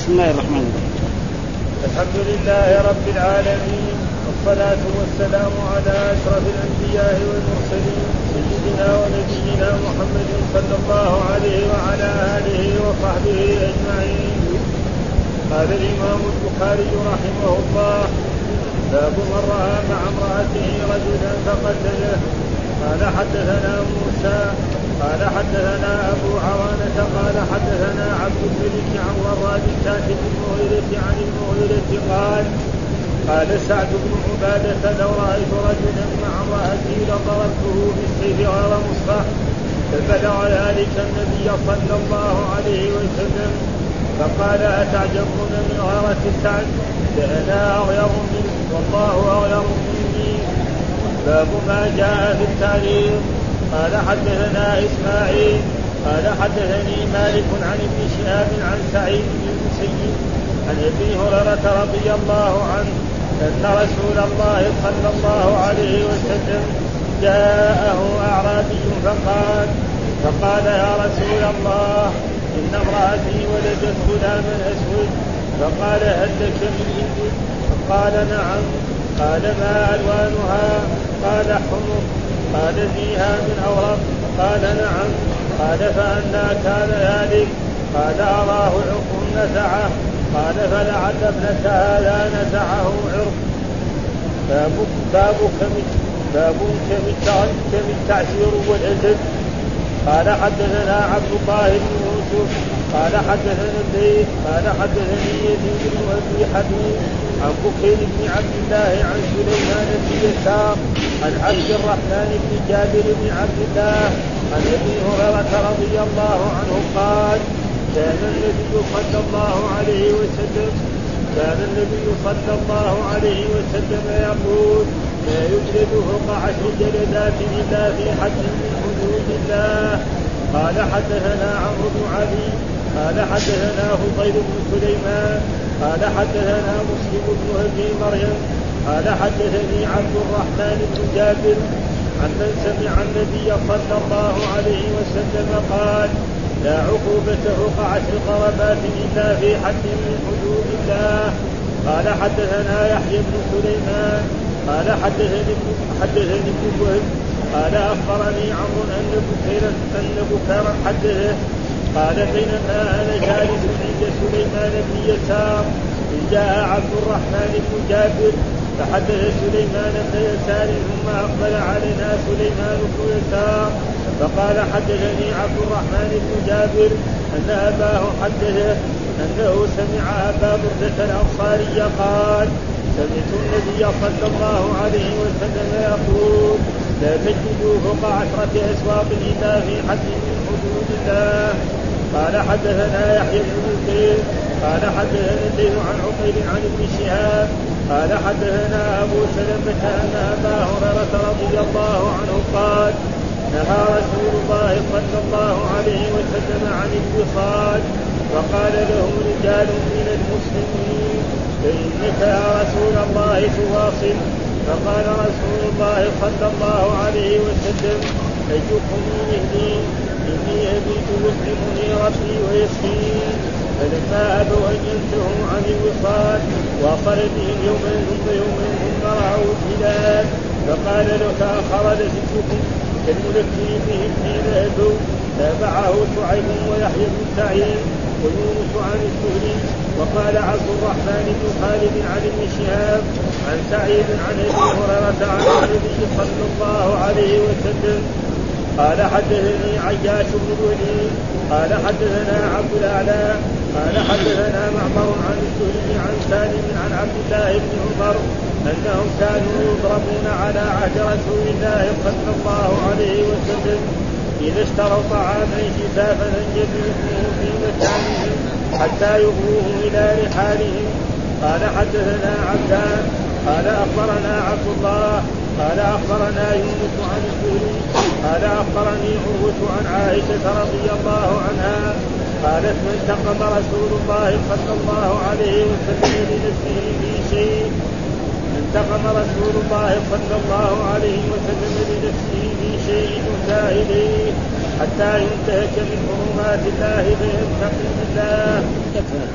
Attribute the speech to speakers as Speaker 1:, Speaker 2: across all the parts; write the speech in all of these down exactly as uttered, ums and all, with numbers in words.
Speaker 1: الله الرحمن الرحيم.
Speaker 2: الحمد لله رب العالمين، والصلاة والسلام على أشرف الأنبياء والمرسلين سيدنا ونبينا محمد صلى الله عليه وعلى آله وصحبه أجمعين. قال الإمام البخاري رحمه الله: باب من رأى مع امرأته رجلا فقتله. قال حدثنا موسى قال حدثنا أبو عوانة قال حدثنا عبد الملك عن وراد كاتب المغيرة عن المغيرة قال: قال سعد بن عبادة: لو رأيت رجلا مع امرأتي لضربته بالسيف غير مصفح. فبلغ ذلك النبي صلى الله عليه وسلم فقال: أتعجبون من غيرة سعد؟ فأنا أغير منه والله أغير مني. باب ما جاء في التعليم. قال حدثنا إسماعيل قال حدثني مالك عن ابن شهاب عن سعيد بن المسيب عن ابي هريرة رضي الله عنه أن رسول الله صلى الله عليه وسلم جاءه أعرابي فقال فقال يا رسول الله إن امرأتي ولدت غلاما أسود. فقال: هل لك من إبل؟ فقال: نعم. قال: ما ألوانها؟ قال: حمر. قال: فيها من أورق؟ قال: نعم. قال: فأنى كان ذلك؟ قال: أراه عرق نزعه. قال: فلعل ابنك هذا نزعه عرق. باب باب باب كم التعسير والأسد. قال حدثنا عبد الله بن يوسف قال حدثنا الليث قال حدثني يزيد بن أبي حبيب عن بكير بن عبد الله عن سليمان بن يسار عن عبد الرحمن بن جابر بن عبد الله عن ابي هريرة رضي الله عنه قال: كان النبي صلى الله عليه وسلم كان النبي صلى الله عليه وسلم يقول: لا يجلد فوق عشر جلدات إلا في حد من حدود الله. قال حدثنا عمرو بن علي قال حدثنا فضيل بن سليمان قال حدثنا مسلم بن ابي مريم قال حدثني عبد الرحمن بن جابر عن من سمع النبي صلى الله عليه وسلم قال: لا عقوبة فوق عشر قربات إلا في حد من حدود الله. قال حدثنا يحيى بن سليمان قال حدثني حدثني ابن وهب قال أخبرني عمرو أن بكيرا أن بكيرا حدثه قال: بينما أنا جالس عند سليمان بن يسار إذ جاء عبد الرحمن بن جابر فحدث سليمان بن يسار ثم أقبل علينا سليمان بن يسار فقال: حدثني عبد الرحمن بن جابر أن أباه حدثه أنه سمع أبا بردة الأنصاري قال: سمعت النبي صلى الله عليه وسلم يقول: لا تجلدوا فوق عشرة أسواق إلا في حد من حدود الله. قال حدثنا يحيى بن بكير قال حدثنا الليث عن عقيل عن ابن شهاب قال حدثنا أبو سلمة أن أبا هريرة رضي الله عنه قال: نهى رسول الله صلى الله عليه وسلم عن الوصال. وقال له رجال من المسلمين: فإنك يا رسول الله تواصل. فقال رسول الله صلى الله عليه وسلم: أيكم يهدي؟ إني أبيت يسلمني ربي ويسقين. فلما أبوا أن ينتهوا عن الوصال وصل بهم يوما ثم يوما ثم رأوا الهلال فقال: له تأخر لجدكم كالملكي بهم حين أبوا. تابعه شعيب ويحيى بن سعيد ويونس عن الزهري. وقال عبد الرحمن بن خالد عن ابن شهاب عن سعيد عن ابي هريرة عن النبي صلى الله عليه وسلم قال: حدثني عياش بن الوليد قال حدثنا عبد الأعلى قال حدثنا معمر عن الزهري عن سالم عن عبد الله بن عمر أنهم كانوا يضربون على عهد رسول الله صلى الله عليه وسلم إذا اشتروا طعاما جزافا يبيعوه في مكانهم حتى يغروه إلى رحالهم. قال حدثنا عبدان قال أخبرنا عبد الله قال أخبرنا يونس عن الزهري قال أخبرني عروة عن عائشة رضي الله عنها قالت: ما انتقم رسول الله صلى الله عليه وسلم لنفسه في شيء انتقم رسول الله صلى الله عليه وسلم لنفسه في شيء يؤتى إليه حتى ينتهك من حرمات الله فينتقم بالله.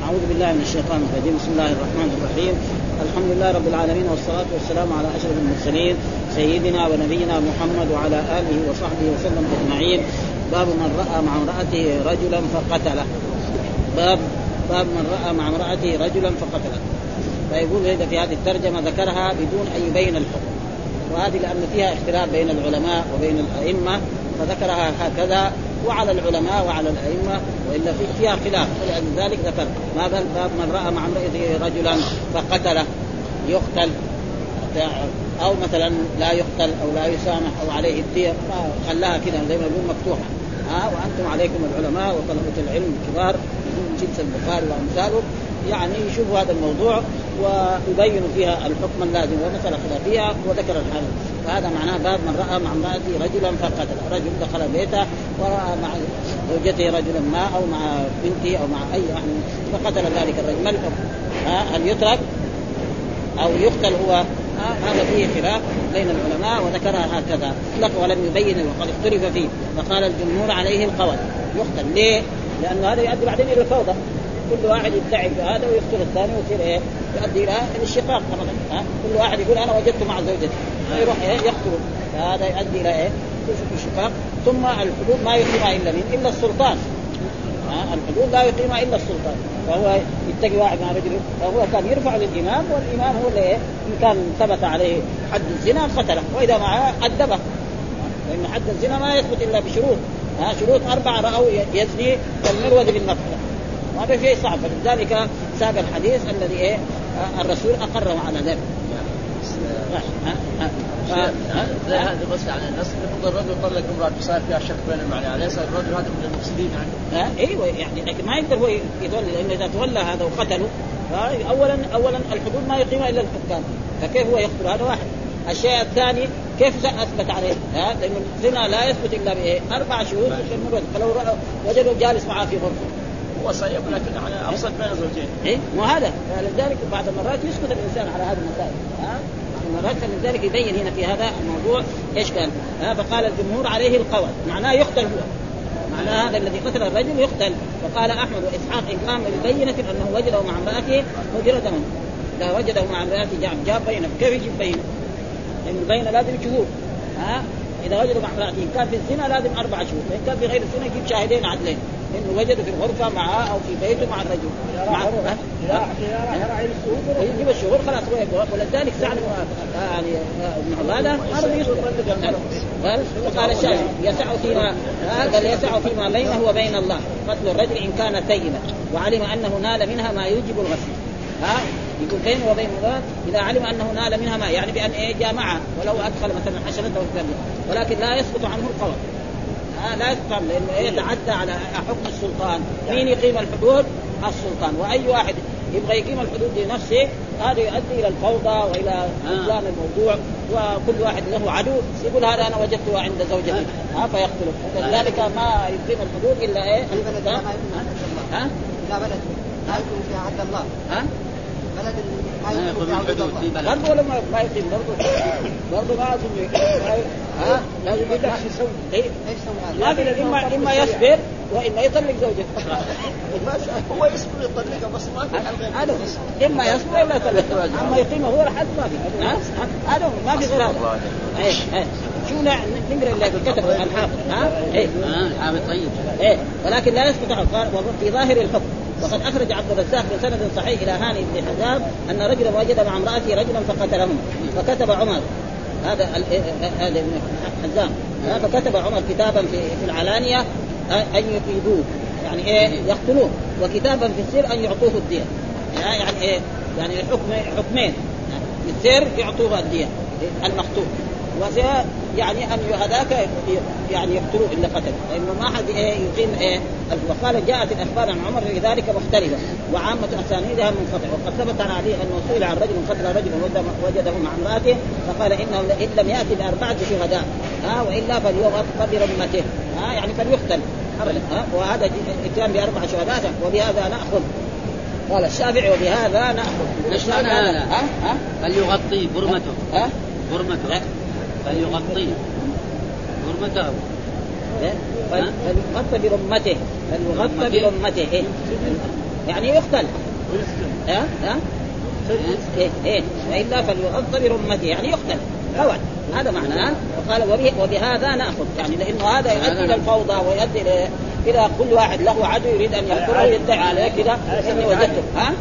Speaker 1: أعوذ بالله من الشيطان الرجيم. بسم الله الرحمن الرحيم. الحمد لله رب العالمين، والصلاة والسلام على أشرف المرسلين سيدنا ونبينا محمد وعلى آله وصحبه وسلم أجمعين. باب من رأى مع امرأته رجلا فقتله. باب باب من رأى مع امرأته رجلا فقتله. فيقول هذا في هذه الترجمة ذكرها بدون أن يبين الحكم، وهذه لأن فيها اختلاف بين العلماء وبين الأئمة فذكرها هكذا، وعلى العلماء وعلى الأئمة وإلا فيها خلاف، ولذلك ذكر ما بال باب من رأى مع امرأته رجلا فقتله يقتل، أو مثلا لا يقتل أو لا يسامح أو عليه الدية، خلاها كده زي ما يقول مفتوحة. ها وأنتم عليكم العلماء وطلبة العلم الكبار من جنس البخاري وأمثاله يعني يشوفوا هذا الموضوع ويبينوا فيها الحكم اللازم ومثلا خلافية وذكر الحالة. فهذا معناه باب من رأى مع امرأته رجلا فقتل. رجل دخل بيته ورأى مع زوجته رجلا ما أو مع بنته أو مع أي أحد فقتل ذلك الرجل، ما الحكم؟ هل يترك أو يقتل؟ هو هذا فيه خلاف بين العلماء وذكرها هكذا لك ولم يبين وقد اختلف فيه. فقال الجمهور عليه القول يقتل. ليه؟ لأنه هذا يؤدي بعدين إلى الفوضى، كل واحد يدعي بهذا ويقتل الثاني ويصير ايه يؤدي الى الاشتقاق ابدا. ها كل واحد يقول انا وجدت مع زوجتي فيروح ايه يقتل، فهذا يؤدي الى ايه الاشتقاق. ثم الحدود ما يقيمها الا من الا السلطان. ها الحدود لا يقيمها الا السلطان، فهو يتقي واحد مع رجل فهو كان يرفع للامام، والامام هو اللي ايه ان كان ثبت عليه حد الزنا قتله، واذا معه ادبه، لان حد الزنا ما يثبت الا بشروط. ها شروط اربعه راوا يزني كالمرود بالمقتل، هذا شيء صعب. فلذلك ساق الحديث الذي ايه الرسول اقره على ذلك.
Speaker 3: هذا بس يعني النص يقول الرجل طلق امرأة صار فيها شك بين المعنى، ليس الرجل هذا من المفسدين يعني.
Speaker 1: ها ايوه يعني لكن ما يقدر هو يتولى، لانه اذا تولى هذا وقتله اولا اولا الحدود ما يقيمها الا الحكام، فكيف هو يقتل؟ هذا واحد. الشيء الثاني كيف اثبت عليه؟ ها لانه الزنا لا يثبت الا بايه اربع شهود، فلو وجدوا جالس معه في غرفه
Speaker 3: هو صيب لكن على أبسط بين زوجين.
Speaker 1: إيه مو هذا، فلذلك بعض المرات يسكت الإنسان على هذه المسائل. ها مرات فلذلك يبين هنا في هذا الموضوع إيش كان. ها فقال الجمهور عليه القول معناه يقتل هو، معناه هذا الذي قتل الرجل يقتل. فقال أحمد وإسحاق إن قام ببينة أنه وجده مع امرأته وجر دمه. إذا وجده مع امرأته جاب جاب بينة، كيف يجيب بينة؟ لأن البينة لازم شهود. ها إذا وجده مع امرأته كان في الزنا لازم أربع شهود، وإن كان في غير الزنا يجيب شاهدين عدلين إنه وجد في الغرفة معه أو في بيته مع الرجل مع يجيب الشهور خلاص هو يقول. ولذلك سعد يعني ابن عبادة هذا يسلم. فقال الشافعي يسع فيما قال يسع فيما بينه وبين الله قتل الرجل إن كان ثيبا وعلم أنه نال منها ما يوجب الغسل. ها يقول بينه وبين الله إذا علم أنه نال منها ما يعني بأن إيه جامعها ولو أدخل مثلا حشرته في الثانية، ولكن لا يسقط عنه القول. آه لا يفهم لأنه يتعدى على حكم السلطان. مين يقيم الحدود؟ السلطان. وأي واحد يبغى يقيم الحدود لنفسه هذا يؤدي إلى الفوضى وإلى بطلان الموضوع، وكل واحد له عدو يقول هذا أنا وجدته عند زوجتي ها فيقتله. لذلك ما يقيم الحدود إلا إيه ها
Speaker 4: لا بلد لا يكون فيها عد الله. ها بلد ما يكون فيها عد الله
Speaker 1: برضه ولا ما يقيم برضه برضه ما أظن ها لازم يدعش يسوي إيه لكن إما إما يصبر وإما يطلق زوجته.
Speaker 3: هو يصبر يطلقها بس ما في
Speaker 1: هذا إما يصبر ولا يطلق، أما يقيمه هو لحد ما في ها هذا ما في غير هذا. إيه إيه شو نقرأ اللي كتب الحافظ ها إيه
Speaker 3: الحافظ طيب
Speaker 1: إيه ولكن لا يسقط في ظاهر الحكم. وقد أخرج عبد الرزاق بسند صحيح إلى هاني بن حزام أن رجلا وجد مع امرأته رجلا فقتلهم، فكتب عمر هذا هذا ابن حزام فكتب عمر كتابا في في العلانية أن يقيدوه يعني إيه يقتلوه، وكتابا في السر أن يعطوه الدية. يعني إيه يعني الحكم حكمين، في السر يعطوه الدية المقتول، وسيا يعني أن هذاك يعني يقتلوه إلا قتل، لأنه ما حد إيه يقيم إيه. وقال جاءت الأخبار عن عمر في ذلك مختلفة وعامة أسانيدها منقطع. وقد ثبت عن علي أنه سئل عن رجل قتل رجلا وجده مع امرأته فقال إنه إن لم يأتي بأربعة شهداء ها وإلا فليغطى برمته ها يعني فليقتل ها وهذا اتيان بأربع شهداء. وبهذا نأخذ قال الشافعي وبهذا نأخذ
Speaker 3: ليش معنى هذا
Speaker 1: ها ها
Speaker 3: فليغطي برمته
Speaker 1: ها
Speaker 3: برمته فليغطي برمته
Speaker 1: فليغطى برمته فليغطى برمته إيه يعني يقتل ها ها إيه إيه وإلا فليؤذ برمته يعني يقتل فوت هذا معناه. وقال وبهذا نأخذ يعني لأنه هذا يؤدي إلى الفوضى ويؤدي إلى إلى كل واحد له عدو يريد أن يقتله يدعي عليه كذا إني وجدته ها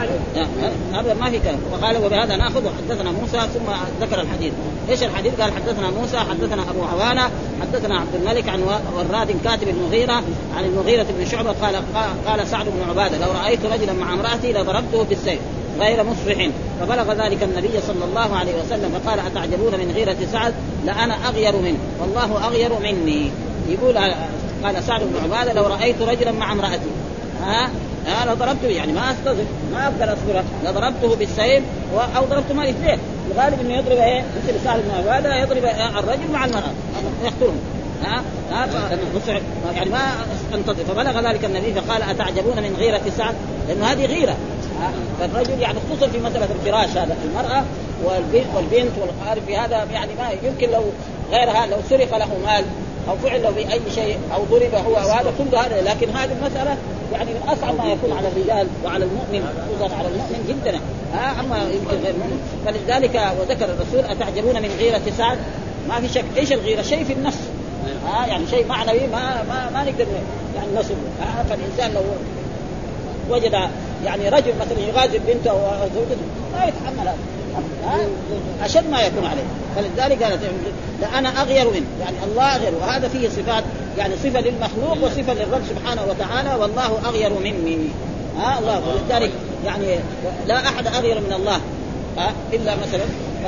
Speaker 1: هذا ما في كلام. وقال وبهذا نأخذ. وحدثنا موسى ثم ذكر الحديث. إيش الحديث؟ قال حدثنا موسى حدثنا أبو عوانة حدثنا عبد الملك عن وراد كاتب المغيرة عن المغيرة بن شعبة قال قال سعد بن عبادة لو رأيت رجلا مع امرأتي لضربته بالسيف غير مصرح. فبلغ ذلك النبي صلى الله عليه وسلم فقال أتعجبون من غيرة سعد لأنا أغير منه والله أغير مني. يقول قال سعد بن عبادة لو رأيت رجلا مع امرأتي ها ها لضربته يعني ما أستظهر ما أقدر أصبره لضربته بالسيف أو ضربته ما الاثنين. الغالب إنه يضرب إيه مثل سعد بن عبادة يضرب الرجل مع المرأة يقتلهم ها ها يعني ما انتظر. فبلغ ذلك النبي فقال أتعجبون من غيرة سعد لأن هذه غيرة فالرجل يعني خصوصا في مسألة الفراش هذا المرأة والبنت والقارب في هذا يعني ما يمكن لو غيرها لو سرق له مال أو فعل له بأي شيء أو ضرب هو وهذا كل هذا. لكن هذه المسألة يعني من أصعب ما يكون على الرجال وعلى المؤمن خصوصا على المؤمن جدا ها أما يمكن غير المؤمن. فلذلك وذكر الرسول أتعجبون من غيرة سعد ما في شك. إيش الغيرة؟ شيء في النفس ها يعني شيء معنوي ما ما ما نقدر يعني نصبه ها. فالإنسان لو وجد يعني رجل مثلا يغازل بنته وزوجته ما يتحمل هذا أشد ما يكون عليه. فلذلك قالت أنا أغير منه يعني الله أغير. وهذا فيه صفات يعني صفة للمخلوق وصفة للرب سبحانه وتعالى والله أغير مني ها الله. ولذلك يعني لا أحد أغير من الله ها إلا مثلا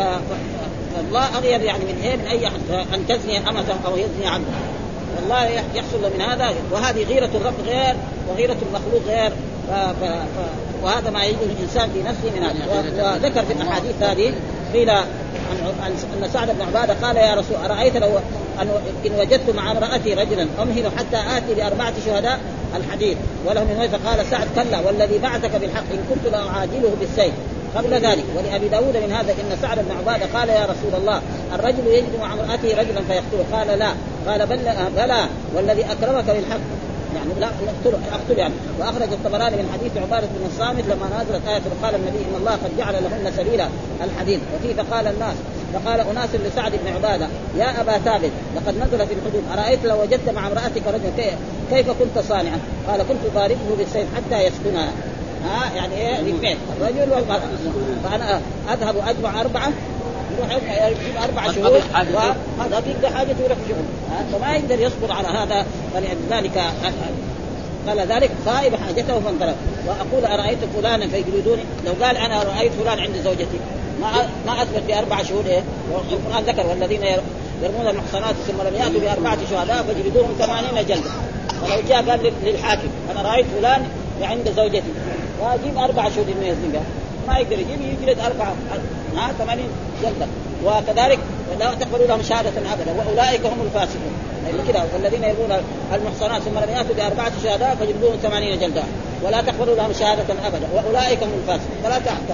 Speaker 1: فالله أغير يعني من إيه من أي أحد أن تزني أمته أو يزني عبده والله يحصل من هذا. وهذه غيرة الرب غير وغيرة المخلوق غير ف... ف... ف... وهذا ما يجوز الإنسان في نفسه من هذا. وذكر في الأحاديث هذه قيل أن سعد بن عبادة قال يا رسول أرأيت لو أن إن وجدت مع امرأتي رجلا أمهل حتى آتي بأربعة شهداء الحديث وله من وجه. فقال سعد كلا والذي بعثك بالحق إن كنت لأعاجله بالسيف. قبل ذلك ولأبي داود من هذا إن سعد بن عبادة قال يا رسول الله الرجل يجد مع امرأته رجلا فيقتله. قال لا قال بل بلى والذي أكرمك بالحق يعني لا أقتل أقتل يعني. وأخرج الطبراني من حديث عبادة بن الصامت لما نزلت آية قال النبي إن الله قد جعل لهن سبيلا الحديث. وفيه فقال الناس فقال أناس لسعد بن عبادة يا أبا ثابت لقد نزلت الحدود أرأيت لو وجدت مع امرأتك رجلا كيف كنت صانعا؟ قال كنت ضاربه بالسيف حتى يسكنها ها يعني إيه الاثنين الرجل والمرأة. فأنا أذهب أجمع أربعة يروح يجيب أربع شهور وهذا بيقدر حاجة يروح شهور فما يقدر يصبر على هذا. فلذلك قال ذلك خائب حاجته فانطلق. وأقول أرأيت فلانا فيجلدوني لو قال أنا رأيت فلان عند زوجتي ما ما أثبت بأربع شهور إيه. والقرآن ذكر والذين يرمون المحصنات ثم لم يأتوا بأربعة شهداء فجلدوهم ثمانين جلدة. ولو جاء قال للحاكم أنا رأيت فلان عند زوجتي واجيب أربع شهور من يزنقها ما يقدر يجيب يجلد أربعة ها ثمانين جلدة. وكذلك لا تقبلوا لهم شهادة أبدا وأولئك هم الفاسقون يعني كده. والذين يرمون المحصنات ثم لم يأتوا بأربعة شهداء فجلدوهم ثمانين جلدة ولا تقبلوا لهم شهادة أبدا وأولئك هم الفاسقون. ثلاثة أحكام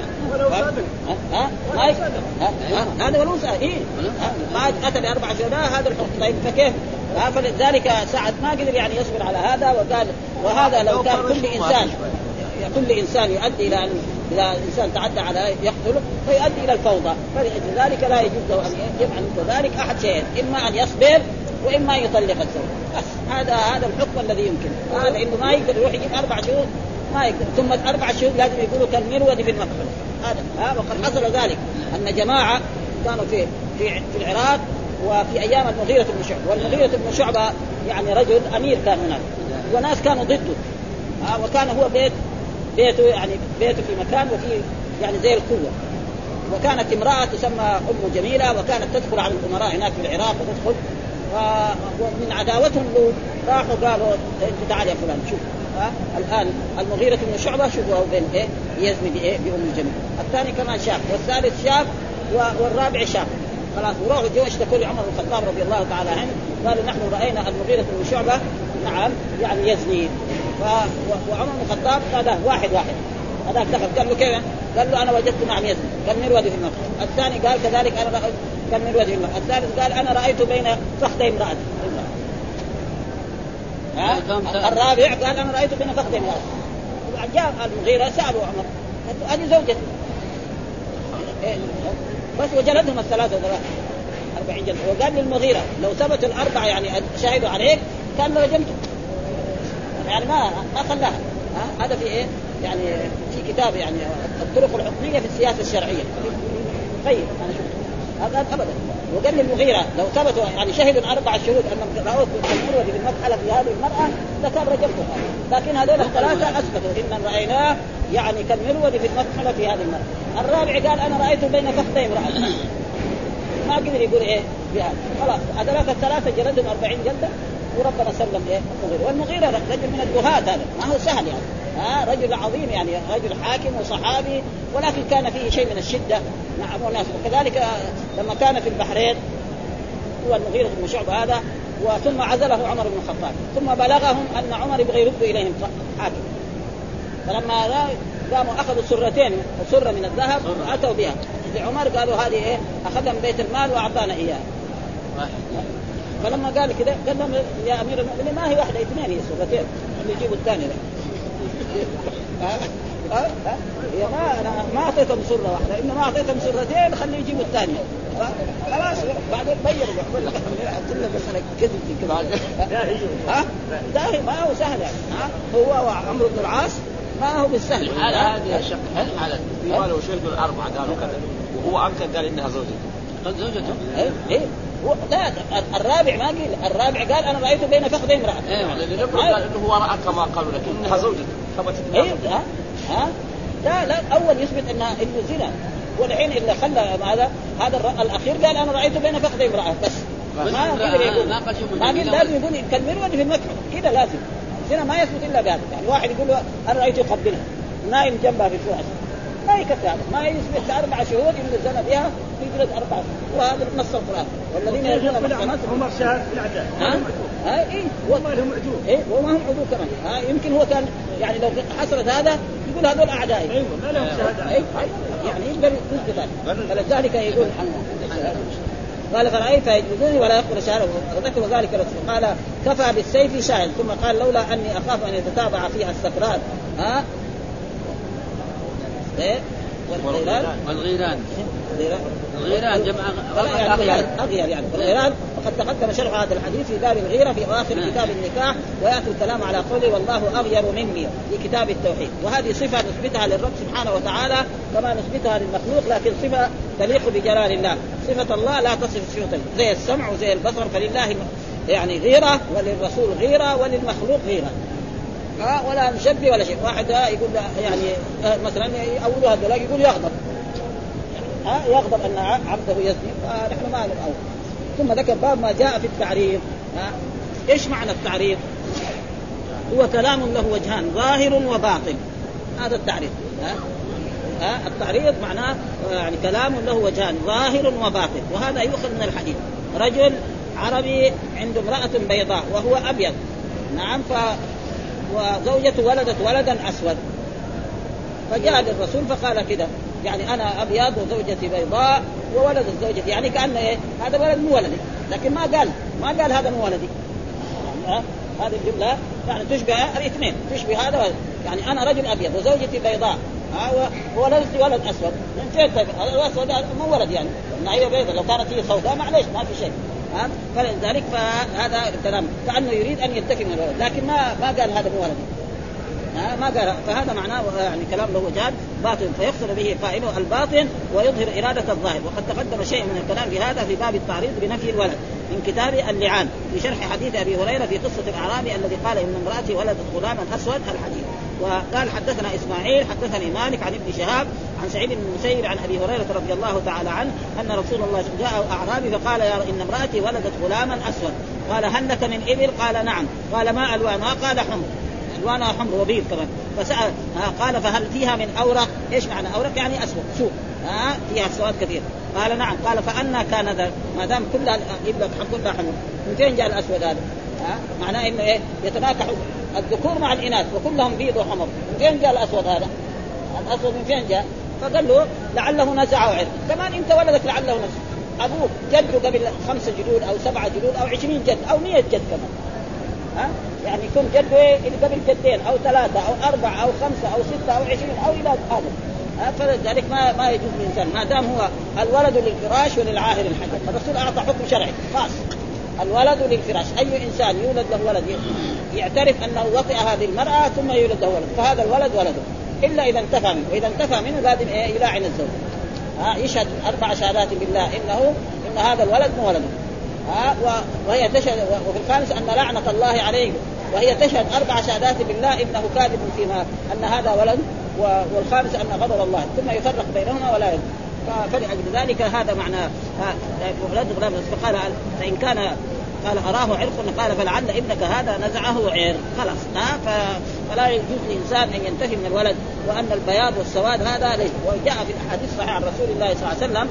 Speaker 1: ها ما ها هذا ولو إيه ما أتى بأربع شهداء هذا الحكم. طيب فكيف؟ فلذلك سعد ما قدر يعني يصبر على هذا وقال وهذا لو كان كل إنسان كل إنسان يؤدي إلى أن إذا إنسان تعدى على يقتله فيؤدي إلى الفوضى. فلذلك لا يجوز له أن يفعل ذلك أحد شيئين إما أن يصبر وإما يطلق الزوج بس هذا هذا الحكم الذي يمكن. هذا إنه ما يقدر يروح يجيب أربع شهور ما يقدر ثم أربع شهور لازم يقولوا كالمرود في المقبرة هذا ها. وقد حصل ذلك أن جماعة كانوا في في في العراق وفي أيام المغيرة بن شعبة. والمغيرة بن شعبة يعني رجل أمير كان هناك وناس كانوا ضده ها. وكان هو بيت بيته يعني بيته في مكان وفي يعني زي القوة. وكانت امرأة تسمى أم جميلة وكانت تدخل على الأمراء هناك في العراق وتدخل ومن عداوتهم له راحوا قالوا انت تعال يا فلان شوف ها الآن المغيرة بن شعبة شوفوا بين إيه يزني بإيه بأم جميلة. الثاني كمان شاب والثالث شاب والرابع شاب. خلاص وراحوا جو اشتكوا لعمر بن الخطاب رضي الله تعالى عنه قالوا نحن رأينا المغيرة بن شعبة نعم يعني يزني. وعمر بن الخطاب قال واحد واحد هذاك دخل قال له كيف؟ قال له أنا وجدت نعم يزني كان مرود في المقبرة. الثاني قال كذلك أنا رأيت كان مرود في المقبرة. الثالث قال أنا رأيت بين فخذي امرأة. الرابع قال أنا رأيت بين فخذي امرأة. جاء المغيرة سألوا عمر هذه زوجته بس وجلدهم الثلاثة ثلاثة أربعين جلدة. وقال للمغيرة لو ثبت الأربعة يعني شاهدوا عليك كان رجمته يعني ما ما خلاها. هذا في إيه يعني في كتاب يعني الطرق الحكمية في السياسة الشرعية. طيب أنا شفت هذا أبدا. وقال للمغيرة لو ثبتوا يعني شهدوا أربع شهود أنهم رأوا المروة بالمدخلة في هذه المرأة لكان رجمتها. لكن هذول الثلاثة أثبتوا إن رأيناه يعني كالمروة في المدخلة في هذه المرأة. الرابع قال أنا رأيته بين فخذي امرأة ما قدر يقول إيه بهذا. خلاص هذول الثلاثة جلدهم أربعين جلدة وربنا سلم إيه المغيرة. والمغيرة رجل من الدهاة هذا ما هو سهل يعني ها رجل عظيم يعني رجل حاكم وصحابي ولكن كان فيه شيء من الشدة مع الناس. وكذلك لما كان في البحرين هو المغيرة بن شعبة هذا وثم عزله عمر بن الخطاب ثم بلغهم أن عمر يبغى يرد إليهم حاكم. فلما قاموا أخذوا سرتين سرة من الذهب أتوا بها لعمر قالوا هذه إيه أخذها من بيت المال وأعطانا إياها. فلما قال كده قال لهم يا أمير المؤمنين ما هي واحدة اثنين هي سرتين اللي يجيبوا الثاني ده. ها ها يا ما أنا ما أعطيتهم سرة واحدة إنما أعطيتهم سرتين خليه يجيبوا الثانية. خلاص بعدين بينوا بيقول لك كل مسألة كذب في كذا. ها داهي ما هو سهل يعني. ها هو وعمرو بن العاص ما هو بالسهل.
Speaker 3: هذا هذه الشق هل حالة قالوا شهدوا الأربعة قالوا كذا وهو أنكر قال إنها زوجته. قد زوجته. إيه إيه لا الرابع ما قال الرابع قال أنا رأيته بين فخذي امرأة. إيه اللي قال إنه هو رأى كما قالوا لكن إنها زوجته ثبتت.
Speaker 1: إيه ها ها لا لا أول يثبت إنها إنه زنا والحين إلا خلى هذا هذا الأخير قال أنا رأيته بين فخذي امرأة بس. ما قدر يقول ما قال لازم يقول كلمة في المكتب كده لازم. زنا ما يثبت إلا بهذا يعني واحد يقول له أنا رأيته يقبلها نايم جنبها في الفرش ما يكفي هذا ما يثبت أربع شهود إنه زنا بها في جلد أربعة وهذا نص القرآن والذين يرجون محصنات
Speaker 2: هم شهاد في العدالة
Speaker 1: ها ها إيه وما
Speaker 2: لهم عدول
Speaker 1: إيه وما هم عدول كمان ها يمكن هو كان يعني لو حصلت هذا يقول هذول أعدائي
Speaker 2: أيوة ما لهم شهادة
Speaker 1: أي يعني يقدر يثبت ذلك فلذلك يقول قال فرأيت يجوزني ولا يقبل شهادة وذكر ذلك الرسول قال كفى بالسيف شاهد ثم قال لولا أني أخاف أن يتتابع فيها السكرات ها إيه والغيران
Speaker 3: والغيران الغيران جمع
Speaker 1: أغير أغير يعني والغيران وقد تقدم شرح هذا الحديث في باب الغيرة في آخر كتاب النكاح ويأتي الكلام على قوله والله أغير مني في كتاب التوحيد. وهذه صفة نثبتها للرب سبحانه وتعالى كما نثبتها للمخلوق لكن صفة تليق بجلال الله. صفة الله لا تصف صفته زي السمع وزي البصر فلله يعني غيرة وللرسول غيرة وللمخلوق غيرة ها ولا نشبه ولا شيء. واحد يقول يعني مثلا أولها الدلاء يقول يغضب ها يغضب أن عبده يزني فنحن ما نقول. ثم ذكر باب ما جاء في التعريض. ها إيش معنى التعريض؟ هو كلام له وجهان ظاهر وباطن. هذا التعريض. ها ها التعريض معناه يعني كلام له وجهان ظاهر وباطن وهذا يؤخذ من الحديث. رجل عربي عنده امرأة بيضاء وهو أبيض نعم ف وزوجته ولدت ولدا أسود فجاء للرسول فقال كده يعني أنا أبيض وزوجتي بيضاء وولدت زوجتي يعني كأنه إيه هذا ولد مو ولدي لكن ما قال ما قال هذا مو ولدي. يعني هذه الجملة يعني تشبه الاثنين تشبه هذا يعني أنا رجل أبيض وزوجتي بيضاء وولدت ولد أسود من فين طيب الأسود مو ولد يعني هي بيضاء لو كانت هي سوداء معليش ما في شيء. ها فلذلك فهذا الكلام كأنه يريد أن يتكي من الولد لكن ما ما قال هذا مو ولدي ها ما قال فهذا معناه يعني كلام له وجهان باطن فيقصد به قائله الباطن ويظهر إرادة الظاهر. وقد تقدم شيء من الكلام بهذا في باب التعريض بنفي الولد من كتاب اللعان في شرح حديث أبي هريرة في قصة الأعرابي الذي قال إن امرأتي ولدت غلاما أسود الحديث. وقال حدثنا إسماعيل حدثني مالك عن ابن شهاب عن سعيد بن المسيب عن أبي هريرة رضي الله تعالى عنه أن رسول الله جاء أعرابي فقال يا إن امرأتي ولدت غلاما أسود قال هل لك من إبل قال نعم قال ما ألوانها قال حمر ألوانها حمر وبيض كمان فسأل قال فهل فيها من أورق إيش معنى أورق يعني أسود سوء ها فيها سواد كثير قال نعم قال فأنا كان ذا ما دام كل إبل كلها حمر من فين جاء الأسود هذا ها معناه إنه إيه يتناكح الذكور مع الإناث وكلهم بيض وحمر من فين جاء الأسود هذا الأسود من فين جاء فقال له لعله نزعه عرق كمان أنت ولدك لعله نزع أبوك جده قبل خمسة جدود أو سبعة جدود أو عشرين جد أو مية جد كمان ها يعني يكون جده اللي قبل جدين أو ثلاثة أو أربعة أو خمسة أو ستة أو عشرين أو إلى هذا، فلذلك ما ما يجوز الإنسان ما دام هو الولد للفراش وللعاهر الحجر. الرسول أعطى حكم شرعي خاص، الولد للفراش، أي إنسان يولد له ولد يعترف أنه وطئ هذه المرأة ثم يولد له ولد فهذا الولد ولده، إلا إذا انتفى منه، وإذا انتفى منه لازم يلاعن الزوج، ها يشهد أربع شهادات بالله إنه إن هذا الولد مو ولده، ها وهي تشهد، وفي الخامس أن لعنة الله عليه، وهي تشهد أربع شهادات بالله إنه كاذب فيما أن هذا ولد، والخامس أن غضب الله، ثم يفرق بينهما ولا يدري. فلأجل ذلك هذا معنى ولد غلام. فقال فإن كان قال أراه عرق قال فلعل ابنك هذا نزعه عرق خلاص، ها فلا يجوز للإنسان أن ينتهي من الولد، وأن البياض والسواد هذا ليس. وجاء في الحديث صحيح عن رسول الله صلى الله عليه وسلم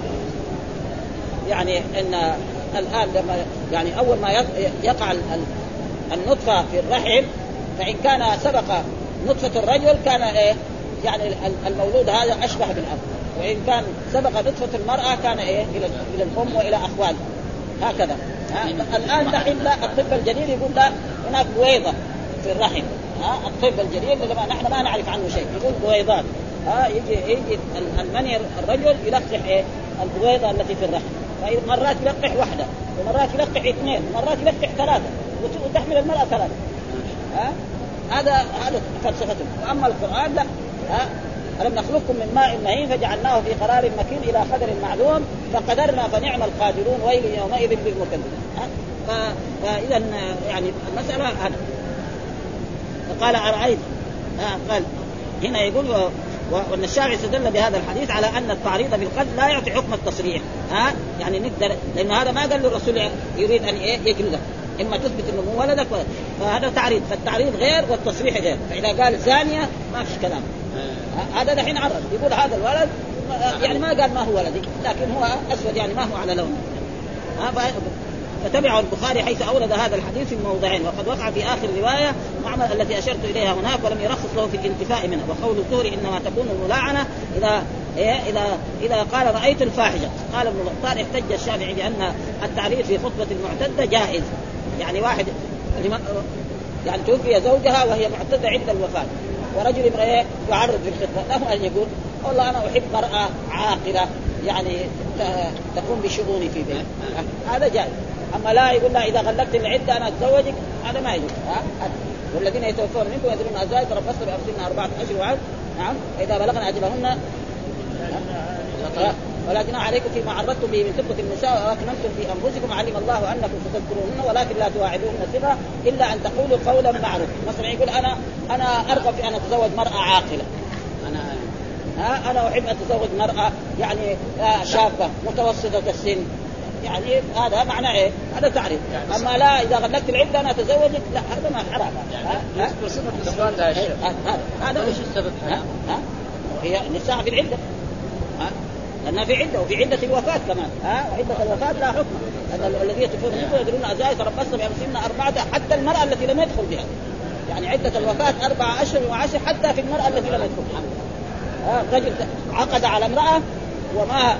Speaker 1: يعني أن الآن لما يعني أول ما يقع النطفة في الرحم فإن كان سبق نطفة الرجل كان إيه يعني المولود هذا أشبه بالأب، وإن كان سبق نطفة المرأة كان إيه إلى إلى الأم وإلى أخوال هكذا. الآن دحين لا الطب الجديد يقول لا هناك بويضة في الرحم، ها الطب الجديد لما نحن ما نعرف عنه شيء يقول بويضات، ها يجي يجي المني الرجل يلقح إيه البويضة التي في الرحم، مرات يلقح واحدة ومرات يلقح اثنين ومرات يلقح ثلاثة وتحمل المرأة ثلاثة، ها هذا هذا فلسفتهم. وأما القرآن لا، ها ألم نخلقكم من ماء مهين فجعلناه في قرار مكين إلى قدر معلوم فقدرنا فنعم القادرون ويل يومئذ للمكذبين. فإذا يعني المسألة هذا. فقال أرأيت، قال هنا يقول وأن الشافعي استدل بهذا الحديث على أن التعريض بالقتل لا يعطي حكم التصريح، ها يعني نقدر، لأن هذا ما قال له الرسول يريد أن يجلده، إما تثبت أنه مو ولدك، فهذا تعريض، فالتعريض غير والتصريح غير. فإذا قال زانية ما فيش كلام، هذا دحين عرض يقول هذا الولد يعني ما قال ما هو ولدي لكن هو أسود يعني ما هو على لونه. فتبعه البخاري حيث أورد هذا الحديث في موضعين، وقد وقع في آخر رواية معمر التي أشرت إليها هناك ولم يرخص له في الانتفاء منها. وقول الزهري إنما تكون الملاعنة إذا إذا إذا قال رأيت الفاحشة. قال ابن الطار احتج الشافعي بأن التعريف في خطبة المعتدة جائز، يعني واحد يعني توفي زوجها وهي معتدة عند الوفاة ورجل امرأة يعرض في الخطبة له أن يقول والله أنا أحب مرأة عاقلة يعني تقوم بشؤوني في بيت، هذا جائز. أما لا يقول لا إذا غلقت العدة أنا أتزوجك، هذا ما يجوز. والذين يتوفون منكم يذرون أزواج تربصن بأنفسهن أربعة أشهر وعشر، نعم إذا بلغن أجلهن ولا جناح عليكم فيما عرضتم به من خطبة النساء وأكننتم في أنفسكم علم الله أنكم ستذكرونهن ولكن لا تواعدوهن سرا إلا أن تقولوا قولا معروفا. مثلا يقول أنا أنا أرغب في أن أتزوج مرأة عاقلة، أنا ها أنا أحب أتزوج مرأة يعني شابة متوسطة السن، يعني هذا معنى إيه؟ هذا تعريف. أما لا إذا غلقت العدة أنا أتزوجك، لا هذا ما حرام.
Speaker 3: يعني بصفة الزواج ده شيء.
Speaker 1: هذا إيش السبب؟ ها ها هي النساء في العدة، ها لأنها في عدة وفي عدة الوفاة كمان، ها وعدة الوفاة لا حكم. أن الذين يتوفون منكم يدرون أزواج تربصن بأنفسهن أربعة حتى المرأة التي لم يدخل بها، يعني عدة الوفاة أربعة أشهر وعشر حتى في المرأة التي لم يدخل بها. ها رجل عقد على امرأة وما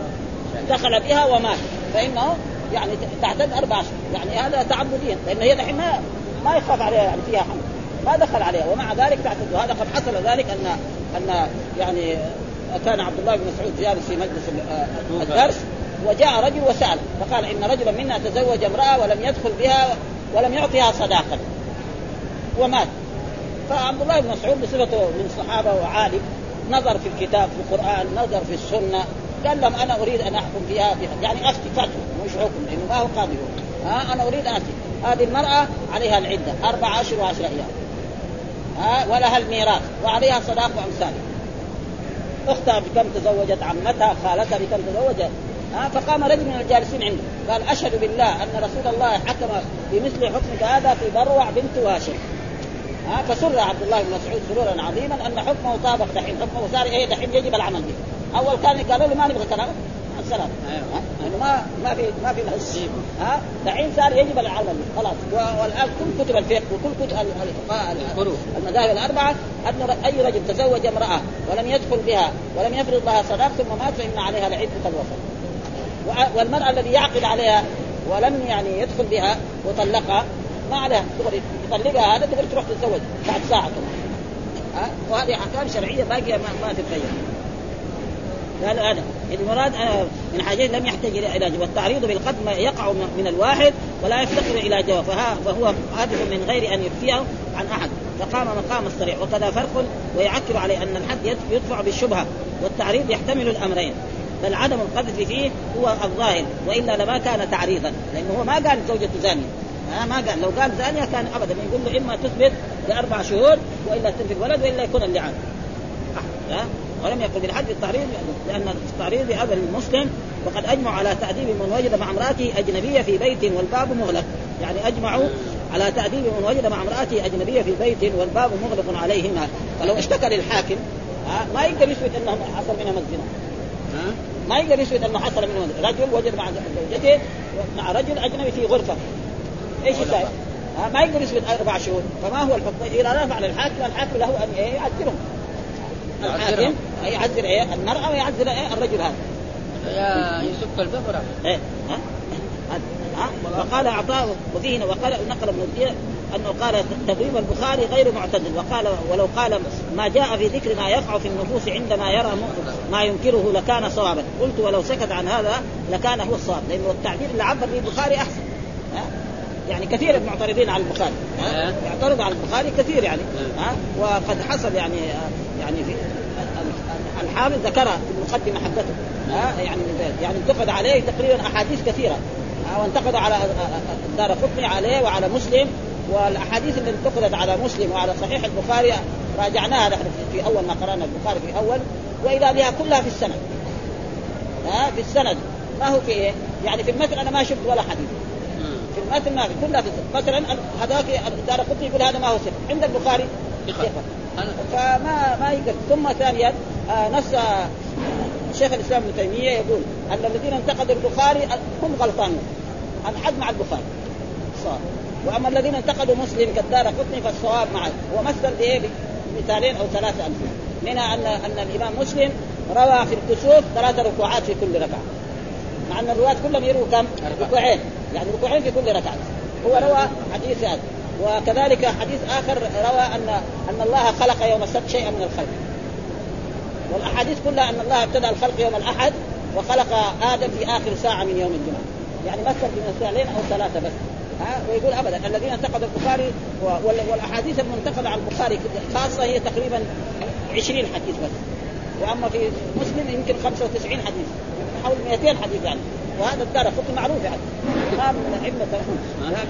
Speaker 1: دخل بها ومات فإنه يعني تعتد أربع أشهر، يعني هذا تعبديا، لأن هي دحين ما ما يخاف عليها يعني فيها حمل ما دخل عليها ومع ذلك تعتد. وهذا قد حصل ذلك أن أن يعني كان عبد الله بن مسعود جالس في مجلس الدرس وجاء رجل وسأل فقال إن رجلا منا تزوج امرأة ولم يدخل بها ولم يعطيها صداقة ومات. فعبد الله بن مسعود بصفته من صحابة وعالم نظر في الكتاب في القرآن نظر في السنة قال لهم أنا أريد أن أحكم فيها يعني أفتي فتوى مش حكم لأنه ما هو قاضي، ها أنا أريد أن أفتي هذه المرأة عليها العدة أربع أشهر وعشر أيام، ها ولها الميراث وعليها صداق وأمثاله، أختها بكم تزوجت، عمتها خالتها بكم تزوجت. ها فقام رجل من الجالسين عنده قال أشهد بالله أن رسول الله حكم بمثل حكمك هذا في بروع بنت هاشم. ها فسر عبد الله بن مسعود سرورا عظيما أن حكمه طابق دحين، حكمه صار إيه دحين يجب العمل به. أول كان قالوا له ما نبغى كلام السلام، يعني ما ما في ما في نصيب، ها دحين صار يجب العمل به خلاص. والآن كل كتب الفقه وكل كتب المذاهب الأربعة أن أي رجل تزوج امرأة ولم يدخل بها ولم يفرض لها صداق ثم مات فإن عليها العدة الوفاة. والمرأة الذي يعقد عليها ولم يعني يدخل بها وطلقها ما عليها تطلقها هذا تقدر تروح تتزوج بعد ساعه كمان. ها وهذه احكام شرعيه باقيه ما, ما تتغير. قال هذا المراد من حاجات لم يحتاج الى علاج، والتعريض بالقتل ما يقع من الواحد ولا يفتقر الى جواب، فهو حادث من غير ان يفتيه عن احد، فقام مقام الصريح. وكذا فرق ويعكر عليه ان الحد يدفع بالشبهه، والتعريض يحتمل الامرين، بل عدم القذف فيه هو الظاهر، والا لما كان تعريضا، لانه هو ما قال زوجة زانية، ما قال، لو قال زانية كان ابدا يقول له اما تثبت لاربع شهور والا تنفي الولد والا يكون اللعان. ها ولم يقل بالحد التعريض، لأن التعريض أذى للمسلم، وقد أجمعوا على تأديب من وجد مع امرأته أجنبية في بيت والباب مغلق، يعني أجمعوا على تأديب من وجد مع امرأته أجنبية في بيت والباب مغلق عليهما. فلو اشتكى للحاكم ما يقدر يثبت أنه حصل منهم الزنا، ما يقدر يثبت أنه حصل منهم. رجل وجد مع زوجته مع رجل أجنبي في غرفة، إيش يسوي؟ ما يقدر يثبت أربع شهور. فما هو الحكم؟ إذا رفع للحاكم، الحاكم له أن يعذرهم، الحاكم يعذر ايه المرأة ويعذر ايه الرجل هذا
Speaker 5: يا يسك البقرة
Speaker 1: ايه ها ها وقال عطاء وفيه وقال نقل ابن الدين انه قال تقريب البخاري غير معتدل، وقال ولو قال ما جاء في ذكر ما يقع في النفوس عندما يرى ما ينكره لكان صوابا. قلت ولو سكت عن هذا لكان هو الصواب، لانه التعبير اللي عبر به البخاري احسن. ها يعني كثير المعترضين على البخاري يعترض على البخاري كثير يعني ها وقد حصل يعني يعني في الحافظ ذكرها في المقدمة حقته ها يعني يعني انتقد عليه تقريبا أحاديث كثيرة، وانتقد على الدارقطني عليه وعلى مسلم، والأحاديث اللي انتقدت على مسلم وعلى صحيح البخاري راجعناها نحن في أول ما قرأنا البخاري في أول، وإذا بها كلها في السند ها في السند ما هو في إيه يعني في المثل أنا ما شفت ولا حديث في المثل، ما في كلها في السند. مثلا هذاك الدارقطني يقول هذا ما هو ثقة، عند البخاري ثقة، فما ما يقدر. ثم ثانيا آه نص آه شيخ الإسلام ابن تيمية يقول أن الذين انتقدوا البخاري هم غلطانون، الحد مع البخاري صار، وأما الذين انتقدوا مسلم كالدارقطني فالصواب معه. ومثل بإيه بمثالين أو ثلاثة أمثلة، منها أن أن الإمام مسلم روى في الكسوف ثلاث ركوعات في كل ركعة، مع أن الرواة كلهم يرووا كم ركوعين، يعني ركوعين في كل ركعة. هو روى حديث هذا. وكذلك حديث آخر روى أن أن الله خلق يوم السبت شيئا من الخلق، والأحاديث كلها أن الله ابتدأ الخلق يوم الأحد وخلق آدم في آخر ساعة من يوم الجمعة، يعني مثل بمثالين أو ثلاثة بس. ها ويقول أبدا الذين انتقدوا البخاري والأحاديث المنتقدة عن البخاري خاصة هي تقريبا عشرين حديث بس، وأما في مسلم يمكن خمسة وتسعين حديث، حول مئتين حديث يعني، وهذا الدارقطني معروف يعني ما من أئمة.